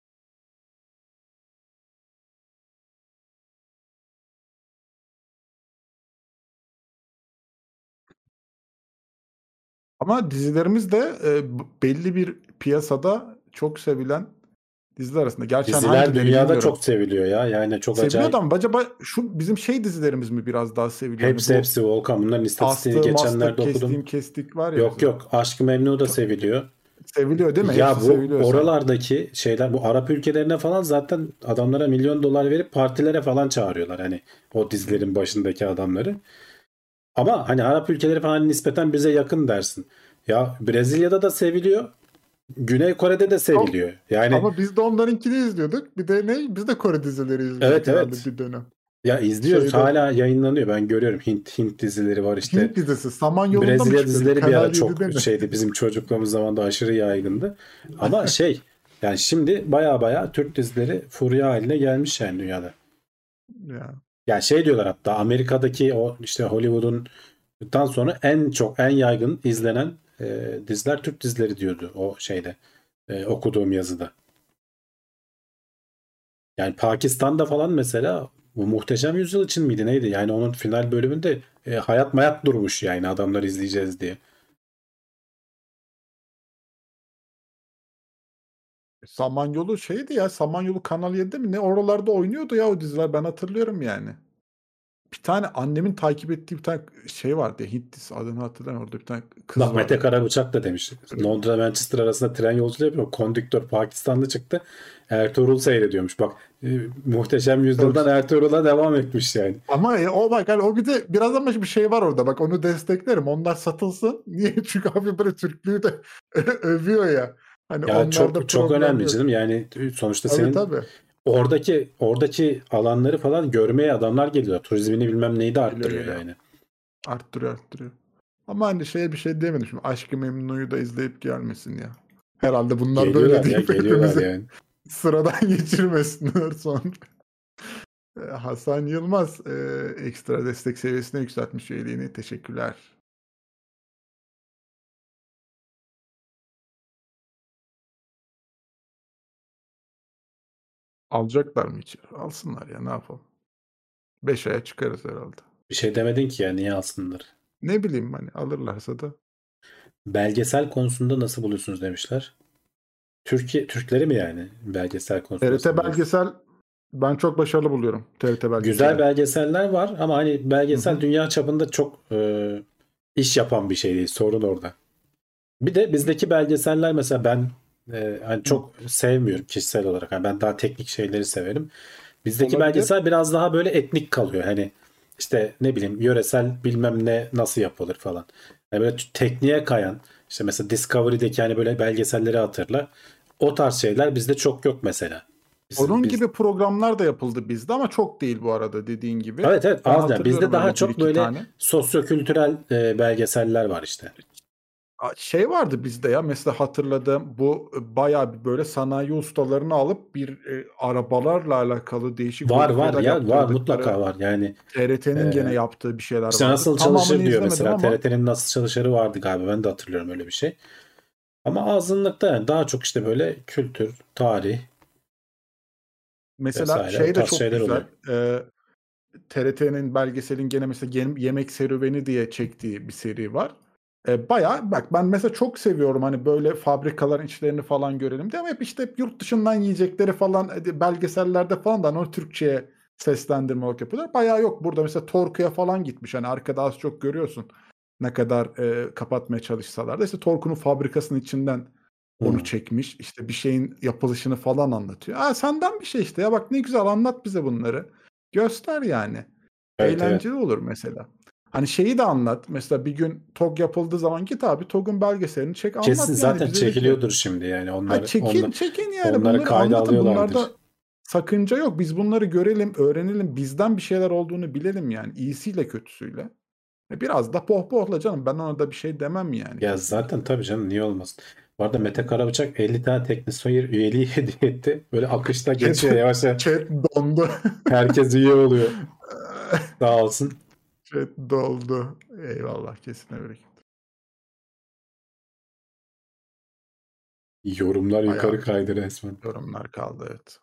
Ama dizilerimiz de e, b- belli bir piyasada çok sevilen diziler arasında. Gerçi hani Diziler hangileri dünyada bilmiyorum. çok seviliyor ya. Yani çok Seviliyor da acayip. ama acaba şu bizim şey dizilerimiz mi biraz daha seviliyor? Hani Hepsi bu hepsi Volkan. Bunların istatistiğini astığım astık geçenlerde okudum. kestiğim kestik var ya Yok bizim. yok. Aşk-ı Memnu da Çok seviliyor. Seviliyor değil mi? Ya Hepsi bu seviliyor sanki. oralardaki şeyler, bu Arap ülkelerine falan zaten adamlara milyon dolar verip partilere falan çağırıyorlar. Hani o dizilerin başındaki adamları. Ama hani Arap ülkeleri falan nispeten bize yakın dersin. Ya Brezilya'da da seviliyor. Güney Kore'de de Ama, seviliyor. Yani ama biz de onlarınkini izliyorduk. Bir de ne? Biz de Kore dizileri izliyorduk evet herhalde evet. bir dönem. Ya izliyoruz, Şeyde hala yayınlanıyor. Ben görüyorum, Hint Hint dizileri var işte. Hint dizisi Samanyolu'nda mı Brezilya çıkıyordu? dizileri bir ara Kanal çok yedide mi? şeydi, bizim çocukluğumuz zamanında aşırı yaygındı. Ama şey, yani şimdi baya baya Türk dizileri furya haline gelmiş yani dünyada. Ya. Yani şey diyorlar, hatta Amerika'daki o işte Hollywood'un dan sonra en çok en yaygın izlenen e, diziler Türk dizileri diyordu o şeyde, e, okuduğum yazıda. Yani Pakistan'da falan mesela bu Muhteşem Yüzyıl için miydi neydi? Yani onun final bölümünde e, hayat mayat durmuş yani, adamlar izleyeceğiz diye. Samanyolu şeydi ya. Samanyolu Kanal yedide mi? Ne oralarda oynuyordu ya o diziler. Ben hatırlıyorum yani. Bir tane annemin takip ettiği bir tane şey vardı ya. Hint dizisi. Adını hatırlamıyorum. Orada bir tane kız Bak Mete vardı. Karabıçak da demiş. Öyle. Londra Manchester arasında tren yolculuğu yapıyor. Kondüktör Pakistanlı çıktı. Ertuğrul seyrediyormuş. Bak e, Muhteşem Çok Yüzyıl'dan Ertuğrul'a devam etmiş yani. Ama e, o bak hani o bir de biraz ama bir şey var orada. Bak onu desteklerim. Onlar satılsın. Niye? Çünkü abi böyle Türklüğü de övüyor ya. Hani Ya onlarda çok çok problem önemli yok. canım. Yani sonuçta Tabii senin tabii. oradaki oradaki alanları falan görmeye adamlar geliyor. Turizmini bilmem neyi de Geliyor arttırıyor geliyor. yani. Arttırıyor arttırıyor. Ama hani şeye bir şey diyemedim. Şimdi Aşk-ı Memnu'yu da izleyip gelmesin ya. Herhalde bunlar böyle Geliyorlar ya, deyip geliyorlar hepimizi yani. sıradan geçirmesinler sonra. E, Hasan Yılmaz e, ekstra destek seviyesine yükseltmiş üyeliğini. Teşekkürler. Alacaklar mı içeri? Alsınlar ya ne yapalım. beş aya çıkarız herhalde. Bir şey demedin ki ya, niye alsınlar? Ne bileyim hani alırlarsa da. Belgesel konusunda nasıl buluyorsunuz demişler. Türkiye Türkleri mi yani belgesel konusunda nasıl T R T buluyorsunuz? belgesel ben çok başarılı buluyorum T R T Güzel belgeseli. belgeseller var ama hani Hı belgesel hı. dünya çapında çok e, iş yapan bir şey değil. Sorun orada. Bir de bizdeki belgeseller mesela ben e, hani Hı. çok sevmiyorum kişisel olarak. Yani ben daha teknik şeyleri severim. Bizdeki Olabilir. belgesel biraz daha böyle etnik kalıyor. Hani işte ne bileyim yöresel bilmem ne nasıl yapılır falan. Yani böyle tekniğe kayan, işte mesela Discovery'deki hani böyle belgeselleri hatırla. O tarz şeyler bizde çok yok mesela. Biz, Onun biz gibi programlar da yapıldı bizde ama çok değil bu arada dediğin gibi. evet evet Ben az yani. Bizde hatırlıyorum daha öyle bir çok iki böyle tane. sosyokültürel e, belgeseller var işte. A- Şey vardı bizde ya mesela hatırladığım bu e, bayağı bir böyle sanayi ustalarını alıp bir e, arabalarla alakalı değişik Var var modifiyeler ya, var, yaptırdıkları mutlaka var. Yani T R T'nin e, gene yaptığı bir şeyler işte vardı. nasıl Tamamını çalışır diyor izlemedim mesela. ama T R T'nin nasıl çalışırı vardı galiba. Ben de hatırlıyorum öyle bir şey. Ama azınlıkta yani, daha çok işte böyle kültür, tarih mesela vesaire o şey de tarz çok şeyler oluyor. güzel. E, T R T'nin belgeselin gene mesela Yem- Yemek Serüveni diye çektiği bir seri var. E, bayağı bak ben mesela çok seviyorum hani böyle fabrikaların içlerini falan görelim diye ama hep işte hep yurt dışından yiyecekleri falan e, belgesellerde falan da hani o Türkçe'ye seslendirme olarak yapıyorlar. Bayağı yok burada mesela Torku'ya falan gitmiş hani arkada az çok görüyorsun ne kadar e, kapatmaya çalışsalar da işte Torku'nun fabrikasının içinden onu Hmm. çekmiş işte bir şeyin yapılışını falan anlatıyor. Aa, senden bir şey işte ya bak ne güzel anlat bize bunları. Göster yani. Evet evet. Eğlenceli olur mesela. Hani şeyi de anlat. Mesela bir gün TOG yapıldığı zaman git abi TOG'un belgeselini çek Kesin anlat yani zaten bize de ki. çekiliyordur şimdi yani, Ha onlar çekin onlar çekin yani onları bunları kayda anlatın. alıyorlardır. Bunlarda sakınca yok. Biz bunları görelim, öğrenelim. Bizden bir şeyler olduğunu bilelim yani. İyisiyle kötüsüyle. E Biraz da pohpohla canım. Ben ona da bir şey demem yani Ya zaten kesinlikle. tabii canım, niye olmasın. Bu arada Mete Karabıçak elli tane Teknoseyir üyeliği hediye etti. Böyle akışta Chat, geçiyor yavaş yavaş. chat dondu. Herkes üye oluyor. Sağ olsun. Chat doldu. Eyvallah kesine bereket. Yorumlar yukarı Bayağı kaydı resmen. yorumlar kaldı evet.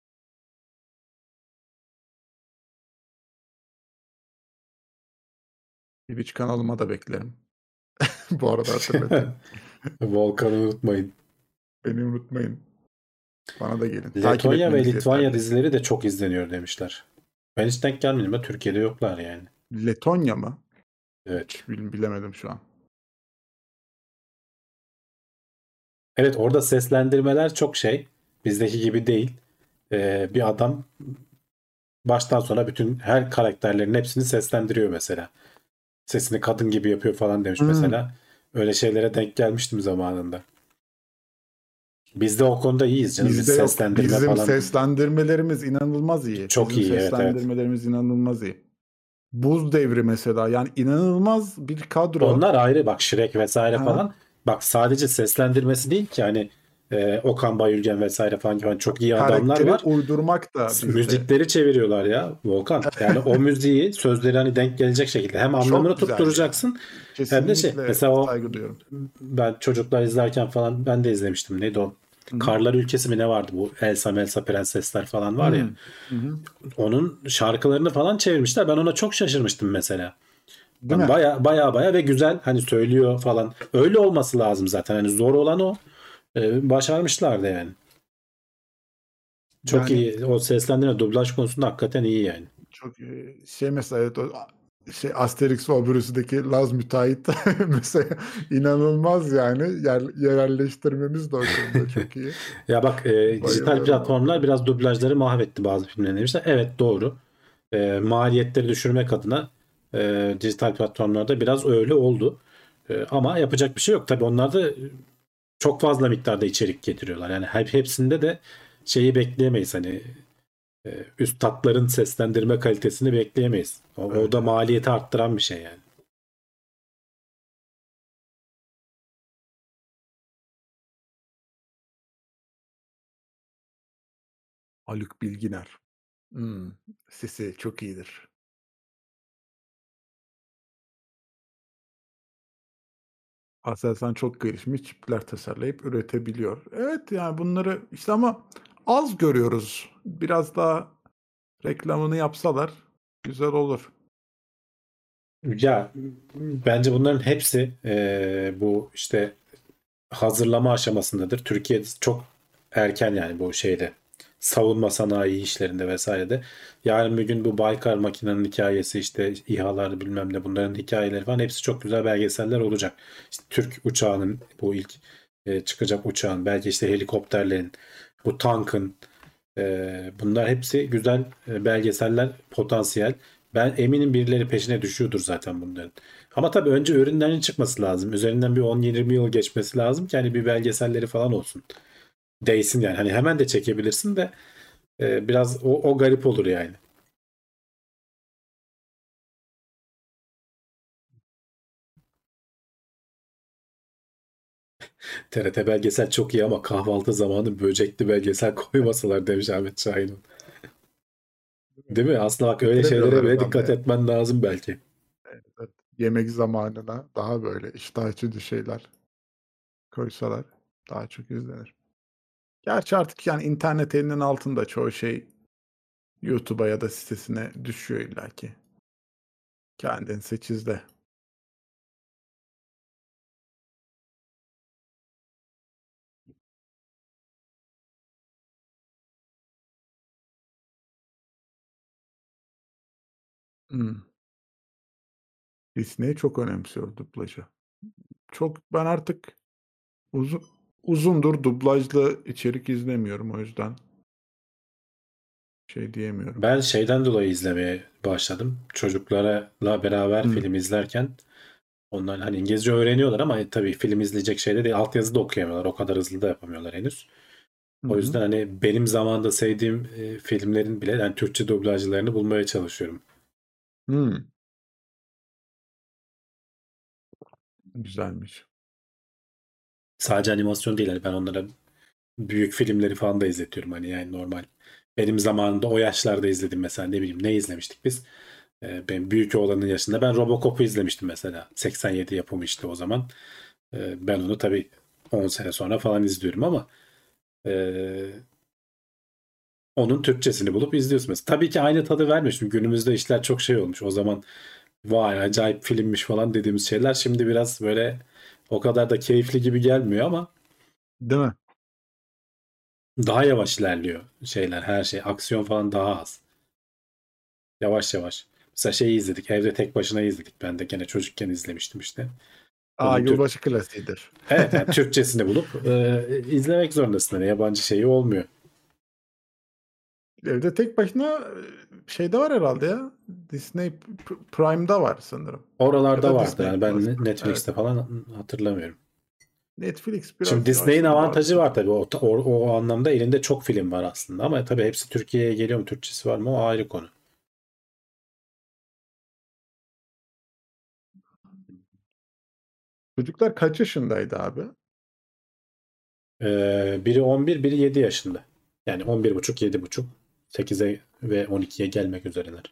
Twitch kanalıma da beklerim. Bu arada hatırlatayım. Volkan'ı unutmayın. Beni unutmayın. Bana da gelin. Takip Letonya ve etmeniz Litvanya yeterli. dizileri de çok izleniyor demişler. Ben hiç denk gelmedim ama Türkiye'de yoklar yani. Letonya mı? Evet. Hiç bil- bilemedim şu an. Evet, orada seslendirmeler çok şey. Bizdeki gibi değil. Ee, bir adam baştan sona bütün her karakterlerin hepsini seslendiriyor mesela. Sesini kadın gibi yapıyor falan demiş Hmm. mesela. Öyle şeylere denk gelmiştim zamanında. Biz de o konuda iyiyiz canım. Biz Bizde yok. seslendirme Bizim falan seslendirmelerimiz inanılmaz iyi. çok Bizim iyi. Evet, evet. seslendirmelerimiz inanılmaz iyi. Buz Devri mesela, yani inanılmaz bir kadro. Onlar ayrı, bak Shrek vesaire Ha? falan. Bak sadece seslendirmesi değil ki hani e, Okan Bayülgen vesaire falan gibi hani çok iyi adamlar Karakteri var. uydurmak da bizde Müzikleri çeviriyorlar ya Volkan. Yani o müziği sözleri hani denk gelecek şekilde hem anlamını çok güzel ya. tutturacaksın hem de şey Kesinlikle mesela o saygı duyuyorum. ben çocuklar izlerken falan ben de izlemiştim. Neydi o? Hı hı. Karlar Ülkesi mi ne vardı bu? Elsa Melsa Prensesler falan var ya. Hı. Hı hı. Onun şarkılarını falan çevirmişler. Ben ona çok şaşırmıştım mesela. Değil Yani mi? baya baya baya ve güzel hani söylüyor falan. Öyle olması lazım zaten. Hani zor olan o. Ee, başarmışlardı yani. Çok Yani iyi. O seslendirme dublaj konusunda hakikaten iyi yani. çok e, şey mesela, evet, o şey Asterix ve Obelix'deki Laz müteahhit mesela inanılmaz yani. Yer, yerelleştirmemiz de o konuda çok iyi. Ya bak e, dijital Bayılıyorum o platformlar konuda. biraz dublajları mahvetti bazı filmlerin demişler. Evet, doğru. E, maliyetleri düşürmek adına e, dijital platformlarda biraz öyle oldu. E, ama yapacak bir şey yok. Tabii onlar da çok fazla miktarda içerik getiriyorlar. Yani hep hepsinde de şeyi bekleyemeyiz hani e, üstatların seslendirme kalitesini bekleyemeyiz. O, o Evet, da evet. maliyeti arttıran bir şey yani. Haluk Bilginer. Hmm, sesi çok iyidir. Aselsan çok gelişmiş çipler tasarlayıp üretebiliyor. Evet, yani bunları işte ama az görüyoruz. Biraz daha reklamını yapsalar güzel olur. Ya bence bunların hepsi e, bu işte hazırlama aşamasındadır. Türkiye çok erken yani bu şeyde savunma sanayi işlerinde vesairede. Yarın bir gün bu Baykar makinenin hikayesi işte İHA'lar bilmem ne bunların hikayeleri falan hepsi çok güzel belgeseller olacak. İşte Türk uçağının bu ilk e, çıkacak uçağın belki işte helikopterlerin bu tankın e, bunlar hepsi güzel e, belgeseller potansiyel. Ben eminim birileri peşine düşüyordur zaten bunların. Ama tabii önce ürünlerin çıkması lazım. Üzerinden bir on yirmi yıl geçmesi lazım ki hani bir belgeselleri falan olsun. Değsin yani. Hani hemen de çekebilirsin de e, biraz o, o garip olur yani. T R T belgesel çok iyi ama kahvaltı zamanı böcekli belgesel koymasalar demiş Ahmet Şahin. Değil mi? Aslında bak öyle şeylere Getiremiyorlar bile adam dikkat ya. etmen lazım belki. Evet. Yemek zamanına daha böyle iştah açıcı şeyler koysalar daha çok izlenir. Gerçi artık yani internet elinin altında çoğu şey YouTube'a ya da sitesine düşüyor illaki. Kendin seç izle. Hmm. Disney çok önemsiyor dublajı. Çok ben artık uzun uzundur dublajlı içerik izlemiyorum, o yüzden şey diyemiyorum. Ben şeyden dolayı izlemeye başladım. Çocuklarla beraber Hı. film izlerken onlar hani İngilizce öğreniyorlar ama tabii film izleyecek şeyde değil. Altyazı da okuyamıyorlar. O kadar hızlı da yapamıyorlar henüz. Hı O hı. yüzden hani benim zamanında sevdiğim e, filmlerin bile yani Türkçe dublajlarını bulmaya çalışıyorum. Hımm. Güzelmiş. Sadece animasyon değil. Hani ben onlara büyük filmleri falan da izletiyorum. Hani yani normal. Benim zamanımda o yaşlarda izledim mesela ne bileyim ne izlemiştik biz. E, benim büyük oğlanın yaşında ben Robocop'u izlemiştim mesela. seksen yedi yapımı işte o zaman. E, ben onu tabii on sene sonra falan izliyorum ama e, onun Türkçesini bulup izliyorsun mesela. Tabii ki aynı tadı vermiyor. Çünkü günümüzde işler çok şey olmuş. O zaman vay acayip filmmiş falan dediğimiz şeyler şimdi biraz böyle o kadar da keyifli gibi gelmiyor ama Değil mi? daha yavaş ilerliyor şeyler her şey. Aksiyon falan daha az. Yavaş yavaş. Mesela şeyi izledik. Evde tek başına izledik. Ben de gene çocukken izlemiştim işte. Aa, Bunun Türk, yılbaşı klasiğidir. evet yani Türkçesini bulup e, izlemek zorundasın. Yani yabancı şeyi olmuyor. Evde tek başına e, şeyde var herhalde ya. Disney P- Prime'da var sanırım. Ya Oralarda da vardı. Disney Yani Plus. ben Evet. Netflix'te falan hatırlamıyorum. Netflix Şimdi biraz Disney'in yavaşladı bazı avantajı var şeyler. tabii. O, o, o anlamda elinde çok film var aslında. Ama tabii hepsi Türkiye'ye geliyor mu? Türkçesi var mı? O ayrı konu. Çocuklar kaç yaşındaydı abi? Ee, biri on bir, biri yedi yaşında. Yani on bir buçuk, yedi buçuk, sekize ve on ikiye gelmek üzereler.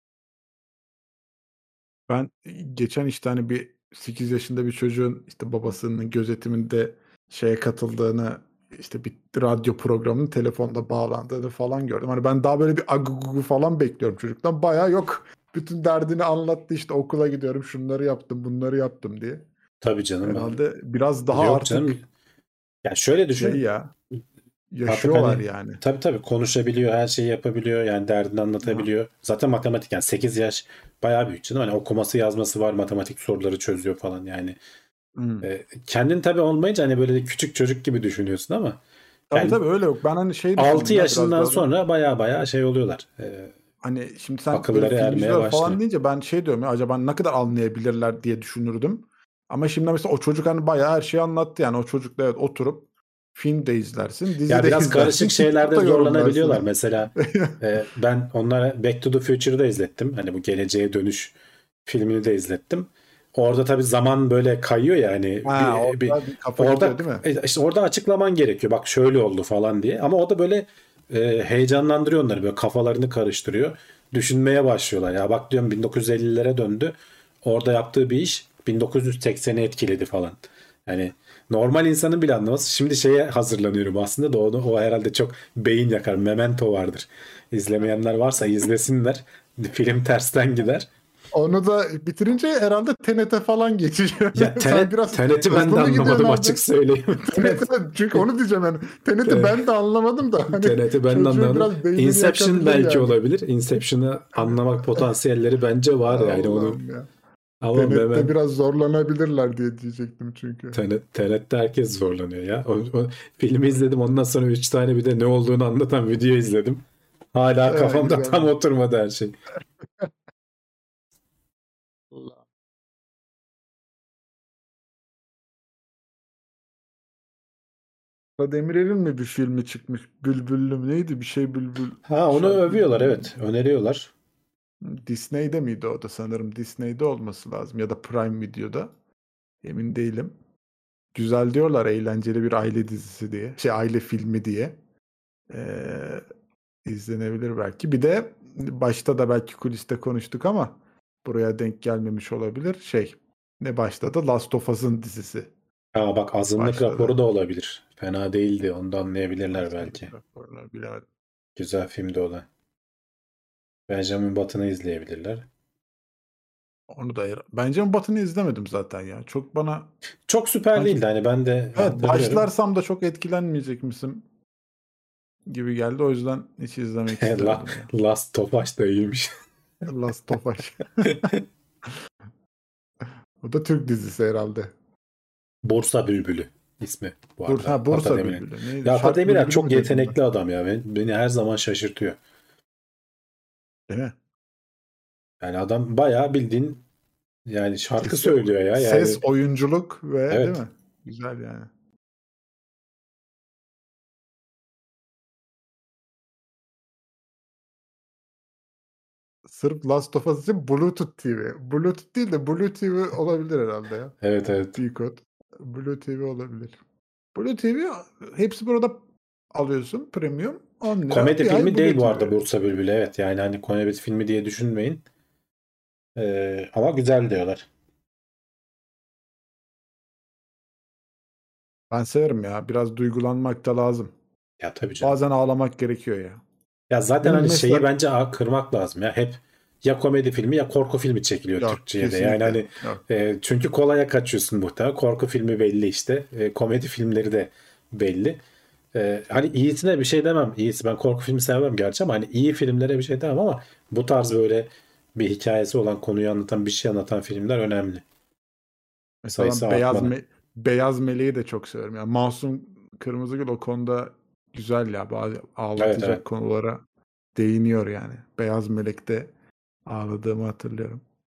Ben geçen işte hani bir sekiz yaşında bir çocuğun işte babasının gözetiminde şeye katıldığını, işte bir radyo programının telefonda bağlandığını falan gördüm. Hani ben daha böyle bir agugugu falan bekliyorum çocuktan. Bayağı yok. Bütün derdini anlattı, işte okula gidiyorum, şunları yaptım, bunları yaptım diye. Tabii canım. Herhalde biraz daha Yok artık canım. Ya şöyle şey düşün. ya, Artık yaşıyorlar hani yani. tabii tabii konuşabiliyor, her şeyi yapabiliyor. Yani derdini Ya. anlatabiliyor. Zaten matematik yani sekiz yaş bayağı büyük canım. Hani okuması yazması var, matematik soruları çözüyor falan yani. Hmm. E, kendin tabii olmayınca hani böyle küçük çocuk gibi düşünüyorsun ama Tabii yani tabii öyle yok. Ben hani şey altı düşündüm ya, biraz yaşından daha da. sonra baya baya şey oluyorlar. E, Hani şimdi sen böyle akılları film ermeye izliyor başlıyor. falan deyince ben şey diyorum ya, acaba ne kadar anlayabilirler diye düşünürdüm. Ama şimdi mesela o çocuk hani bayağı her şeyi anlattı yani. O çocukla evet oturup film de izlersin, dizi Ya de biraz izlersin, karışık şeylerde TikTok'ta zorlanabiliyorlar. yorumlarsın. Mesela e, ben onlara Back to the Future'da izlettim. Hani bu geleceğe dönüş filmini de izlettim. Orada tabii zaman böyle kayıyor ya hani Ha, bir, bir orada bir kafa orada gidiyor değil mi? e, işte orada açıklaman gerekiyor. Bak şöyle oldu falan diye. Ama o da böyle e, heyecanlandırıyor onları, böyle kafalarını karıştırıyor. Düşünmeye başlıyorlar. Ya bak diyorum bin dokuz yüz ellilere döndü. Orada yaptığı bir iş bin dokuz yüz sekseni etkiledi falan. Yani normal insanın bile anlaması. Şimdi şeye hazırlanıyorum aslında da onu, o herhalde çok beyin yakar. Memento vardır. İzlemeyenler varsa izlesinler. Film tersten gider. Onu da bitirince herhalde T N T falan geçiyor. Ya Sen Tenet, biraz Tenet'i ben de hızlı mı gidiyorsun anlamadım abi? açık söyleyeyim. T N T, Tenet, çünkü onu diyeceğim yani. T N T Te- ben de anlamadım da hani Tenet'i ben de çocuğun anlamadım. biraz beynini Inception yakabilir belki yani. olabilir. Inception'ı anlamak potansiyelleri bence var yani onu. Allah'ım ya. Ama Tenet'te Memento biraz zorlanabilirler diye diyecektim çünkü. Tenet, Tenet'te herkes zorlanıyor ya. O, o filmi izledim, ondan sonra üç tane bir de ne olduğunu anlatan video izledim. Hala Ee, kafamda tam güzelmiş. oturmadı her şey. Allah. Demirel'in mi bir filmi çıkmış? Bülbüllü mü neydi? Bir şey bülbül Ha onu şarkı. övüyorlar, evet. Öneriyorlar. Disney'de miydi o da sanırım? Disney'de olması lazım ya da Prime Video'da. Emin değilim. Güzel diyorlar, eğlenceli bir aile dizisi diye. Şey, aile filmi diye. Ee, izlenebilir belki. Bir de başta da belki kuliste konuştuk ama buraya denk gelmemiş olabilir. Şey, ne başladı? Last of Us'ın dizisi Ha bak, azınlık raporu başladı. da olabilir. Fena değildi. Onu da anlayabilirler belki. Azınlık raporlar bilemedim. Güzel filmdi o da. Benjamin Button'ı izleyebilirler. Onu da bence Batın'ı izlemedim zaten ya. Çok bana Çok süper sanki, değildi. Hani ben de evet, hatırlıyorum. başlarsam da çok etkilenmeyecek misin gibi geldi. O yüzden hiç izlemek La- istemedim ya. Last of Us da iyiymiş. Last of Us. O da Türk dizisi herhalde. Bursa Bülbülü ismi bu Bur arada. ha, Ata Bursa Demirer'in. Bülbülü. Neydi? Ya Ata Şark Demirer Bülbülü çok mü dedim ben? yetenekli adam ya. Beni, beni her zaman şaşırtıyor. Değil mi? Yani adam bayağı bildiğin yani şarkı Sesi, söylüyor ya. ses, Yani oyunculuk ve değil evet. mi? Güzel yani. Sırf Last of Us için Bluetooth T V. Bluetooth değil de Blue T V olabilir herhalde ya. Evet evet. B-Code. Blue T V olabilir. Blue T V hepsi burada alıyorsun. Premium on lira. Komedi Bir ay filmi değil Blue bu T V arada veriyor. Bursa Bülbülü. Evet yani hani komedi filmi diye düşünmeyin. Ee, ama güzel diyorlar. Ben severim ya. Biraz duygulanmak da lazım. Ya tabii canım. Bazen ağlamak gerekiyor ya. Ya zaten Benim hani şeyi mesela bence a- kırmak lazım ya. Hep ya komedi filmi ya korku filmi çekiliyor yok, Türkçe'ye de. Yani kesinlikle hani yok. e, çünkü kolaya kaçıyorsun muhtemelen. Korku filmi belli işte. E, komedi filmleri de belli. E, hani iyisine bir şey demem. İyisi, ben korku filmi sevmem gerçi ama hani iyi filmlere bir şey demem ama bu tarz böyle bir hikayesi olan, konuyu anlatan, bir şey anlatan filmler önemli. Mesela sayısı ben Beyaz artmalı. Me Beyaz Meleği de çok severim. Yani Masum Kırmızıgül o konuda güzel ya. Bazı Evet evet. ağlatacak konulara değiniyor yani. Beyaz Melek'te ağladığımı hatırlıyorum.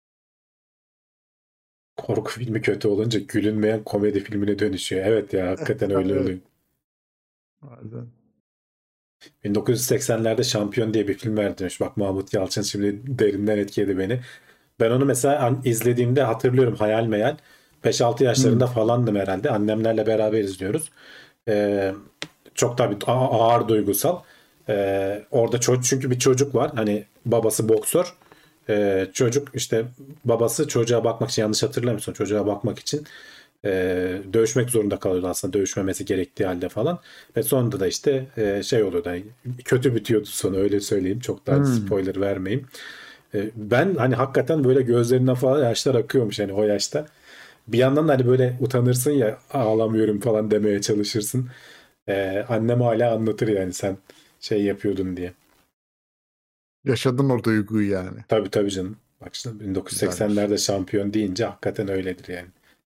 Korku filmi kötü olunca gülünmeyen komedi filmine dönüşüyor. Evet ya, hakikaten öyle Evet, oluyor. bazen. bin dokuz yüz seksenlerde Şampiyon diye bir film vardı. Bak, Mahmut Yalçın şimdi derinden etkiledi beni. Ben onu mesela an- izlediğimde hatırlıyorum, hayal meyal. beş altı Hımm. yaşlarında falandım herhalde. Annemlerle beraber izliyoruz. Ee, Çok tabii a- ağır duygusal. Ee, orada çocuk, çünkü bir çocuk var. Hani babası boksör. Ee, çocuk işte, babası çocuğa bakmak için, yanlış hatırlamıyorsun, çocuğa bakmak için e, dövüşmek zorunda kalıyordu aslında, dövüşmemesi gerektiği halde falan. Ve sonunda da işte e, şey oluyordu. Yani kötü bitiyordu sonu, öyle söyleyeyim. Çok da Hımm. spoiler vermeyeyim. E, ben hani hakikaten böyle gözlerinden falan yaşlar akıyormuş yani o yaşta. Bir yandan da hani böyle utanırsın ya, ağlamıyorum falan demeye çalışırsın. E, annem hala anlatır yani, sen şey yapıyordun diye. Yaşadın o duyguyu yani. Tabii tabii canım. Bak işte Güzelmiş. bin dokuz yüz seksenlerde Şampiyon deyince hakikaten öyledir yani.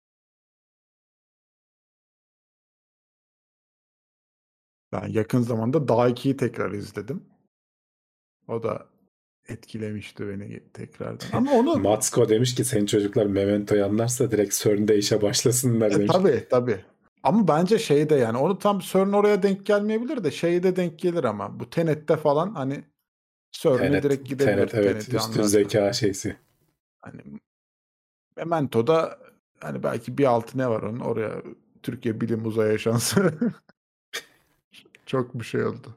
Ben yakın zamanda Dağ ikiyi tekrar izledim. O da etkilemişti beni tekrardan. Ama onu Matsko demiş ki senin çocuklar Memento'yu anlarsa direkt CERN'de işe başlasınlar E, demiş. tabii, tabii. Ama bence şeyde yani onu tam CERN oraya denk gelmeyebilir de şeyde denk gelir ama bu Tenet'te falan hani CERN'e Tenet, direkt Tenet gidebilir evet, Tenet'i üstün anlarsa. zeka şeysi. Hani Memento'da hani belki bir altı ne var onun oraya Türkiye Bilim Uzay Ajansı çok bir şey oldu.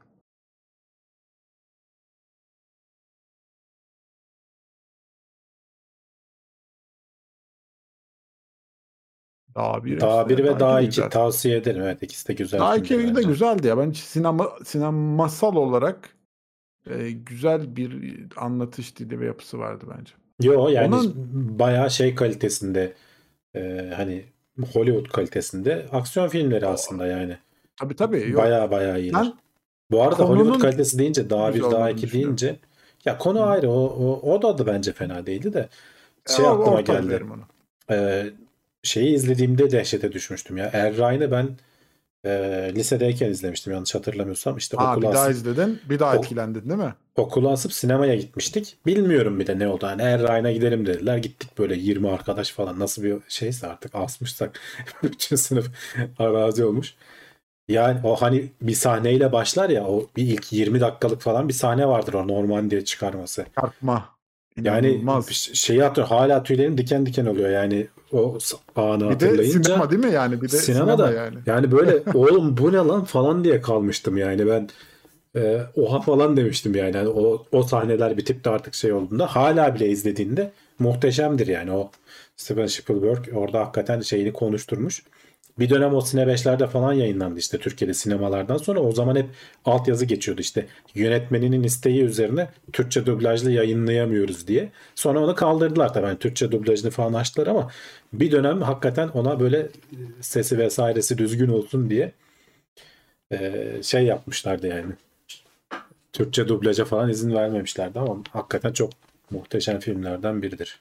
Dağ bir Dağ bir de ve Dağ iki Dağ de iki güzel. tavsiye ederim. Evet, ikisi de güzel Dağ filmdir iki de bence. güzeldi ya. Ben hiç sinema sinemasal olarak e, güzel bir anlatış dili ve yapısı vardı bence. Yo yani Onun bayağı şey kalitesinde, e, hani Hollywood kalitesinde aksiyon filmleri o, aslında yani. tabii tabii yok. Bayağı bayağı iyiler. Ben Bu arada Hollywood konunun kalitesi deyince, Dağ güzel bir Dağ olmadığını iki düşünüyorum. deyince, ya konu Hı hı. ayrı, o, o, o da, da bence fena değildi de E, şey o aklıma orta geldi. buluyorum onu. E, Şeyi izlediğimde dehşete düşmüştüm ya. Er Ryan'ı ben e, lisedeyken izlemiştim yanlış hatırlamıyorsam. İşte Ha, okula bir daha asıp izledin, bir daha ok, etkilendin değil mi? okulu asıp sinemaya gitmiştik. Bilmiyorum bir de ne oldu. Hani Er Ryan'a gidelim dediler. Gittik böyle yirmi arkadaş falan. Nasıl bir şeyse artık, asmışsak bütün sınıf arazi olmuş. Yani o hani bir sahneyle başlar ya, o bir ilk yirmi dakikalık falan bir sahne vardır, o Normandiya çıkarması. Çarpma. Yani bir İnanılmaz. ş- şeyi hatırlıyorum, hala tüylerim diken diken oluyor yani o s- anı Bir de hatırlayınca. sinema değil mi yani? Bir de sinema Sinemada yani. yani böyle oğlum bu ne lan falan diye kalmıştım yani ben. E, oha falan demiştim yani. Yani o, o sahneler bitip de artık şey olduğunda, hala bile izlediğinde muhteşemdir yani. O Steven Spielberg orada hakikaten şeyini konuşturmuş. Bir dönem o Sine beşlerde falan yayınlandı işte Türkiye'de, sinemalardan sonra. O zaman hep altyazı geçiyordu işte, yönetmeninin isteği üzerine Türkçe dublajlı yayınlayamıyoruz diye. Sonra onu kaldırdılar tabii, yani Türkçe dublajını falan açtılar ama bir dönem hakikaten ona böyle e, sesi vesairesi düzgün olsun diye e, şey yapmışlardı yani. Türkçe dublaja falan izin vermemişlerdi ama hakikaten çok muhteşem filmlerden biridir.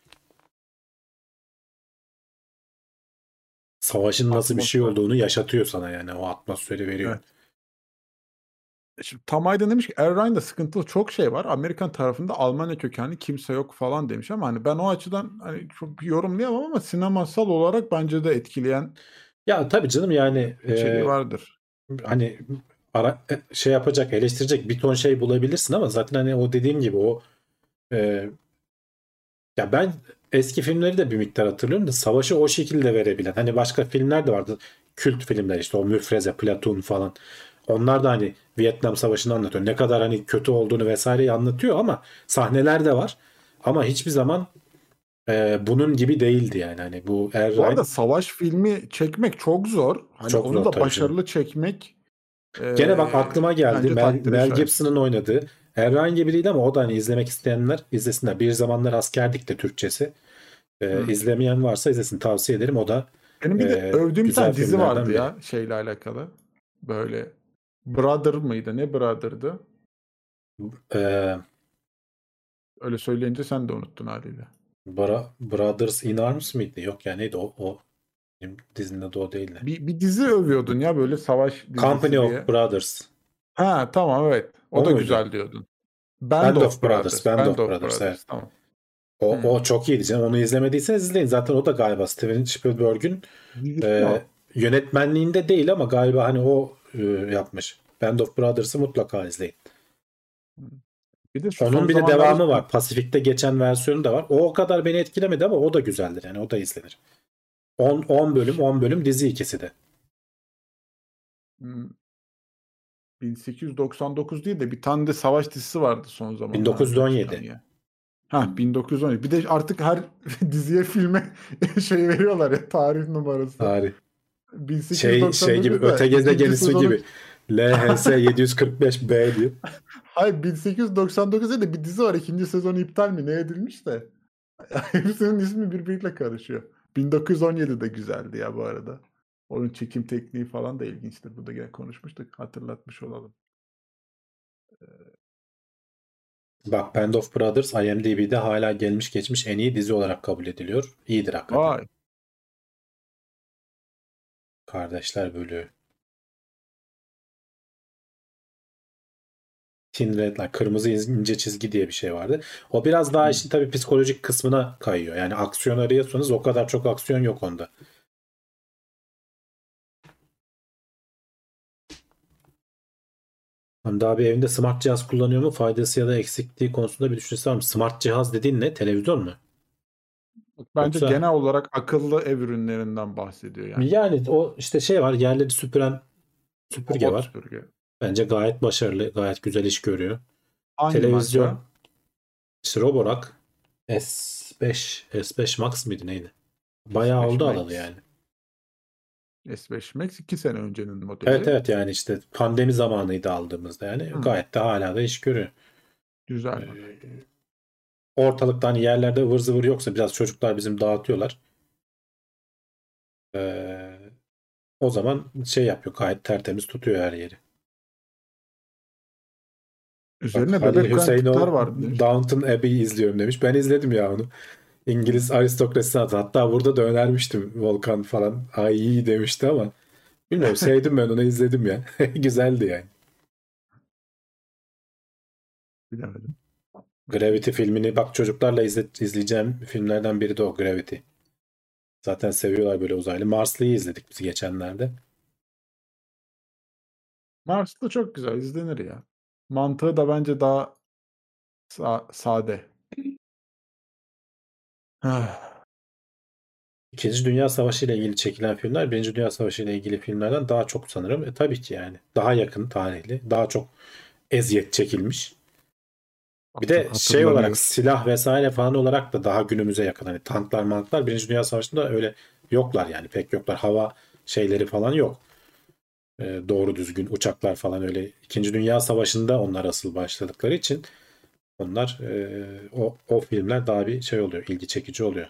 Savaşın nasıl bir şey Atmosfer. olduğunu yaşatıyor sana yani, o atmosferi veriyor. Evet. Şimdi Tam Aydın demiş ki Erdoğan'da sıkıntılı çok şey var. Amerikan tarafında Almanya kökenli kimse yok falan demiş ama hani ben o açıdan hani çok yorumlayamam ama sinemasal olarak bence de etkileyen Ya tabii canım yani içeriği e, vardır. hani ara, e, şey yapacak, eleştirecek bir ton şey bulabilirsin ama zaten hani o dediğim gibi o e, ya ben eski filmleri de bir miktar hatırlıyorum da savaşı o şekilde verebilen, hani başka filmler de vardı, kült filmler işte, o Müfreze, Platoon falan. Onlar da hani Vietnam Savaşı'nı anlatıyor. Ne kadar hani kötü olduğunu vesaireyi anlatıyor ama sahneler de var. Ama hiçbir zaman e, bunun gibi değildi yani. Hani bu Er Bu arada Ryan savaş filmi çekmek çok zor. Hani çok onu zor da tabii canım. başarılı çekmek Gene bak eee, aklıma geldi. bence Mel, takdire Mel şayan. Gibson'ın oynadığı, Er Ryan gibi değil ama o da hani izlemek isteyenler izlesinler. Bir Zamanlar Askerdik de Türkçesi. E, Hı. izlemeyen varsa izlesin, tavsiye ederim. O da Benim bir de e, övdüğüm bir güzel tane dizi vardı filmlerden biri. ya şeyle alakalı. Böyle Brother mıydı? Ne Brother'dı? E, Öyle söyleyince sen de unuttun haliyle. Bra- Brothers in Arms mıydı? Yok ya, neydi o? o? Benim dizinin adı o değil de. Bir, bir dizi övüyordun ya böyle savaş dizisi Company diye. of Brothers. Ha tamam evet. O, O da muydu? güzel diyordun. Band, Band of of Brothers. Brothers. Band Band of of Brothers, Brothers. evet. Tamam. O, Hmm. o çok iyiydi canım. Onu izlemediyseniz izleyin. Zaten o da galiba Steven Spielberg'ün Dizisi e, o. yönetmenliğinde değil ama galiba hani o e, yapmış. Band of Brothers'ı mutlaka izleyin. Bir de şu son Onun bir de zamanlarda devamı var. Pasifik'te geçen versiyonu da var. O o kadar beni etkilemedi ama o da güzeldir. Yani o da izlenir. on, on bölüm on bölüm dizi ikisi de. Hmm, bin sekiz yüz doksan dokuz değil de bir tane de savaş dizisi vardı son zamanlarda. bin dokuz yüz on yedi. çıkan ya. Ha bin dokuz yüz on yedi. Bir de artık her diziye filme şey veriyorlar ya tarih numarası. Tarih. bin sekiz yüz Şey, doksan şey gibi dokuzda öte ikinci gezegenisi sezonu- gibi. L H S yedi yüz kırk beş B diye. Hayır bin sekiz yüz doksan dokuzda da bir dizi var. İkinci sezonu iptal mi ne edilmiş de. Hepsinin ismi birbiriyle karışıyor. bin dokuz yüz on yedi de güzeldi ya bu arada. Onun çekim tekniği falan da ilginçtir. Burada gene konuşmuştuk. Hatırlatmış olalım. Bak Band of Brothers I M D B'de hala gelmiş geçmiş en iyi dizi olarak kabul ediliyor. İyidir hakikaten. Vay. Kardeşler Bölüğü. Thin Red Line, kırmızı ince çizgi diye bir şey vardı. O biraz daha işin tabii psikolojik kısmına kayıyor. Yani aksiyon arıyorsanız o kadar çok aksiyon yok onda. Hamdi abi evinde smart cihaz kullanıyor mu? Faydası ya da eksikliği konusunda bir düşüncesi var mı? Smart cihaz dediğin ne? Televizyon mu? Bence Yoksa- genel olarak akıllı ev ürünlerinden bahsediyor yani. Yani o işte şey var, yerleri süpüren süpürge Robot var. süpürge. Bence gayet başarılı, gayet güzel iş görüyor. Hangi Televizyon marka? işte Roborock S beş S beş Max mıydı neydi? Bayağı S beş oldu Max. alalı yani. S beş Max iki sene öncenin modeli. Evet evet yani işte pandemi zamanıydı aldığımızda yani Hı. gayet de hala da iş görüyor. Güzel. Ee, ortalıkta hani yerlerde ıvır zıvır yoksa biraz çocuklar bizim dağıtıyorlar. Ee, o zaman şey yapıyor, gayet tertemiz tutuyor her yeri. Üzerine Bak, Halil bebek koyan Hüseyinoğlu tipler var. demiş. Downton Abbey'i izliyorum demiş. Ben izledim ya onu. İngiliz aristokrasisi adı. Hatta burada da önermiştim Volkan falan. Ay iyi demişti ama bilmiyorum, sevdim ben onu, izledim ya. Güzeldi yani. Bilemedim. Gravity filmini bak çocuklarla izle, izleyeceğim filmlerden biri de o, Gravity. Zaten seviyorlar böyle uzaylı. Marslı'yı izledik biz geçenlerde. Mars da çok güzel izlenir ya. Mantığı da bence daha sa- sade. Ah, İkinci Dünya Savaşı ile ilgili çekilen filmler Birinci Dünya Savaşı ile ilgili filmlerden daha çok sanırım. E, tabii ki yani. Daha yakın tarihli. Daha çok eziyet çekilmiş. Bir de hatır- şey olarak hatırlanıyor. silah vesaire falan olarak da daha günümüze yakın. Hani tanklar manklar Birinci Dünya Savaşı'nda öyle yoklar yani, pek yoklar. Hava şeyleri falan yok. Ee, doğru düzgün uçaklar falan öyle. İkinci Dünya Savaşı'nda onlar asıl başladıkları için onlar e, o, o filmler daha bir şey oluyor. İlgi çekici oluyor.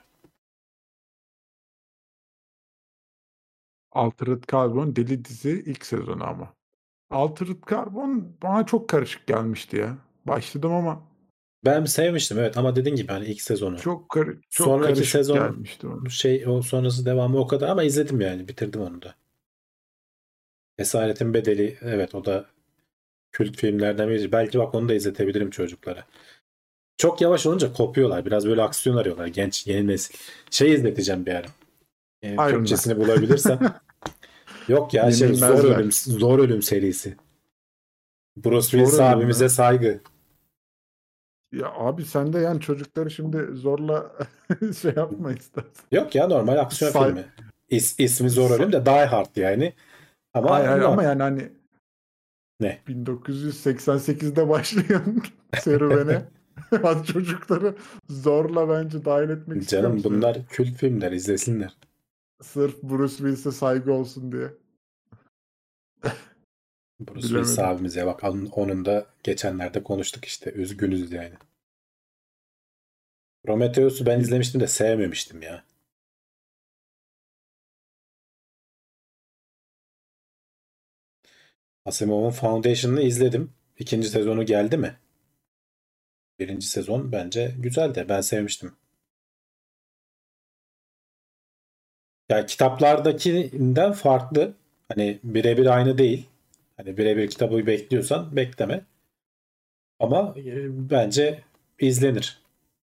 Altered Carbon deli dizi ilk sezonu ama. Altered Carbon bana çok karışık gelmişti ya. Başladım ama Ben sevmiştim evet ama dediğin gibi hani ilk sezonu. çok kar- çok Sonraki karışık sezon gelmişti bana. şey o sonrası devamı o kadar ama izledim yani, bitirdim onu da. Esaretin Bedeli evet, o da kült filmlerden biri. Belki bak onu da izletebilirim çocuklara. Çok yavaş olunca kopuyorlar. Biraz böyle aksiyon arıyorlar. Genç yeni nesil. Şey izleteceğim bir ara. Ee, Iron Türkçesini bulabilirsem. Yok ya şey Zor Yenilmezler. Ölüm, Zor Ölüm serisi. Bruce Zor Willis Ölüm mü? abimize saygı. Ya abi sen de yani çocukları şimdi zorla şey yapma istersen. Yok ya, normal aksiyon Say- filmi. İs, ismi Zor Say- Ölüm de Die Hard yani. Ama Hayır, hayır yok. ama yani hani Ne? bin dokuz yüz seksen sekizde başlayan serüvene az çocukları zorla bence dahil etmek istiyor Canım musun? bunlar kült filmler, izlesinler. Sırf Bruce Willis'e saygı olsun diye. Bruce Willis Bilemedim. abimize bak, onun, onun da geçenlerde konuştuk işte. Üzgünüz yani. Prometheus'u ben izlemiştim de sevmemiştim ya. Asimov'un Foundation'ını izledim. İkinci sezonu geldi mi? Birinci sezon bence güzeldi. Ben sevmiştim. Yani kitaplardakinden farklı. Hani birebir aynı değil. Hani birebir kitabı bekliyorsan bekleme. Ama e, bence izlenir.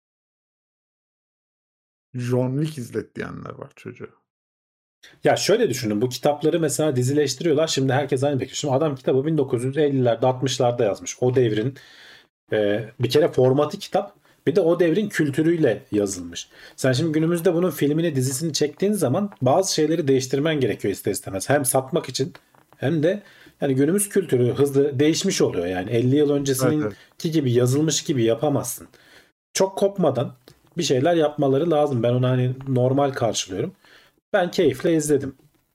John Wick izlet diyenler var çocuğa. Ya şöyle düşünün, bu kitapları mesela dizileştiriyorlar. Şimdi herkes aynı bekliyor. Şimdi adam kitabı bin dokuz yüz ellilerde altmışlarda yazmış. O devrin e, bir kere formatı kitap, bir de o devrin kültürüyle yazılmış. Sen şimdi günümüzde bunun filmini dizisini çektiğin zaman bazı şeyleri değiştirmen gerekiyor ister istemez. Hem satmak için hem de yani günümüz kültürü hızlı değişmiş oluyor. Yani elli yıl öncesininki Evet, gibi yazılmış gibi yapamazsın. Çok kopmadan bir şeyler yapmaları lazım. Ben onu hani normal karşılıyorum. Ben keyifle izledim.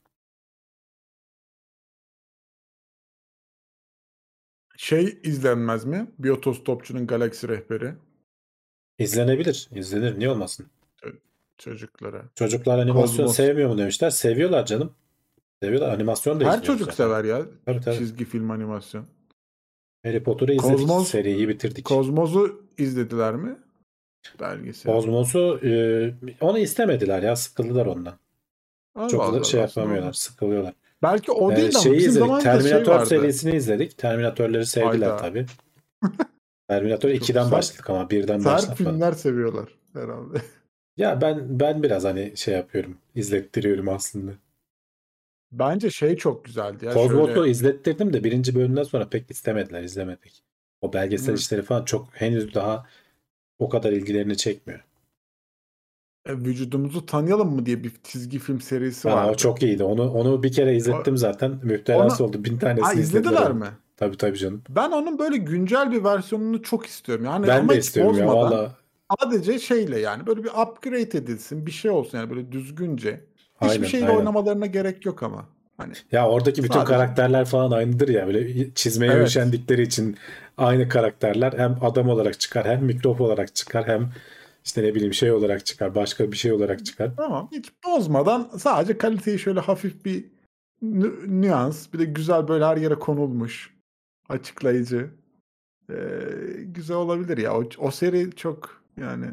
Şey izlenmez mi? Bir otostopçunun galaksi rehberi İzlenebilir. İzlenir. Niye olmasın? Ço- çocuklara. Çocuklar animasyon Kozmos. sevmiyor mu demişler. Seviyorlar canım. Seviyorlar. Animasyon da Her izliyoruz çocuk zaten. sever ya Tabii tabii. çizgi film animasyon. Harry Potter'ı izledik. Kozmos, Seriyi bitirdik. Kozmos'u izlediler mi? Belgesel. Kozmos'u e, onu istemediler ya. Sıkıldılar ondan. Allah Çok da Allah, şey aslında yapamıyorlar. olur. Sıkılıyorlar. Belki o Ee, değil ama şeyi bizim izledik. zamanımızda şey Terminator vardı. serisini izledik. Terminatörleri sevdiler Hayda. tabii. Terminator Çok ikiden sert, başladık ama birden sert başlatmadık. filmler seviyorlar herhalde. Ya ben ben biraz hani şey yapıyorum. İzlettiriyorum aslında. Bence şey çok güzeldi ya Kozmos'u şöyle. izlettirdim de birinci bölümden sonra pek istemediler, izlemedik. O belgesel Hı. işleri falan çok henüz daha o kadar ilgilerini çekmiyor. E, Vücudumuzu tanıyalım mı diye bir çizgi film serisi Ha, o vardı. çok iyiydi. Onu onu bir kere O, izlettim zaten. Müptelası onu oldu. Bin ha, tanesini izlediler izlediler onu. mi? Tabii tabii canım. Ben onun böyle güncel bir versiyonunu çok istiyorum. Yani Ben ama de hiç istiyorum ya bozmadan valla. sadece şeyle yani böyle bir upgrade edilsin, bir şey olsun yani böyle düzgünce. Hiçbir Aynen şeyle aynen. oynamalarına gerek yok ama. Hani Ya oradaki bütün sadece. karakterler falan aynıdır ya. Böyle çizmeye Evet. üşendikleri için aynı karakterler hem adam olarak çıkar, hem mikrop olarak çıkar, hem işte ne bileyim şey olarak çıkar, başka bir şey olarak çıkar. Tamam. Hiç bozmadan sadece kaliteyi şöyle hafif bir nü- nüans, bir de güzel böyle her yere konulmuş, açıklayıcı. Ee, güzel olabilir ya. O, o seri çok yani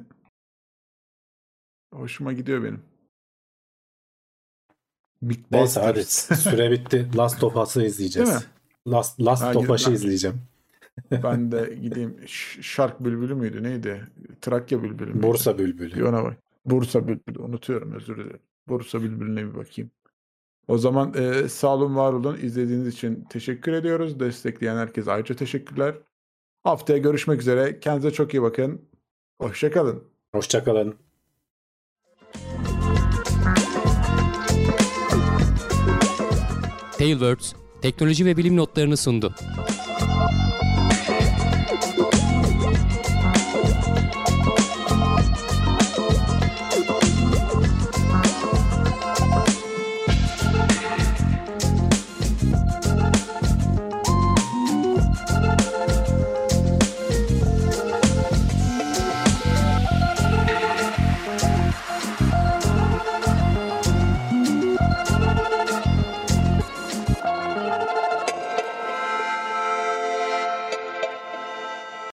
hoşuma gidiyor benim. Neyse hadi, Mythbusters. süre bitti. Last of Us'ı Değil mi? izleyeceğiz. Last, Last Ha, of gidip Us'ı ben, izleyeceğim. ben de gideyim. Ş- Şark Bülbülü müydü? Neydi? Trakya Bülbülü müydü? Bursa Bir Bülbülü. ona bak. Bursa Bülbülü. Unutuyorum, özür dilerim. Bursa Bülbülü'ne bir bakayım. O zaman e, sağ olun, var olun. İzlediğiniz için teşekkür ediyoruz. Destekleyen herkese ayrıca teşekkürler. Haftaya görüşmek üzere. Kendinize çok iyi bakın. Hoşça kalın. Hoşçakalın. Tailwords, teknoloji ve bilim notlarını sundu.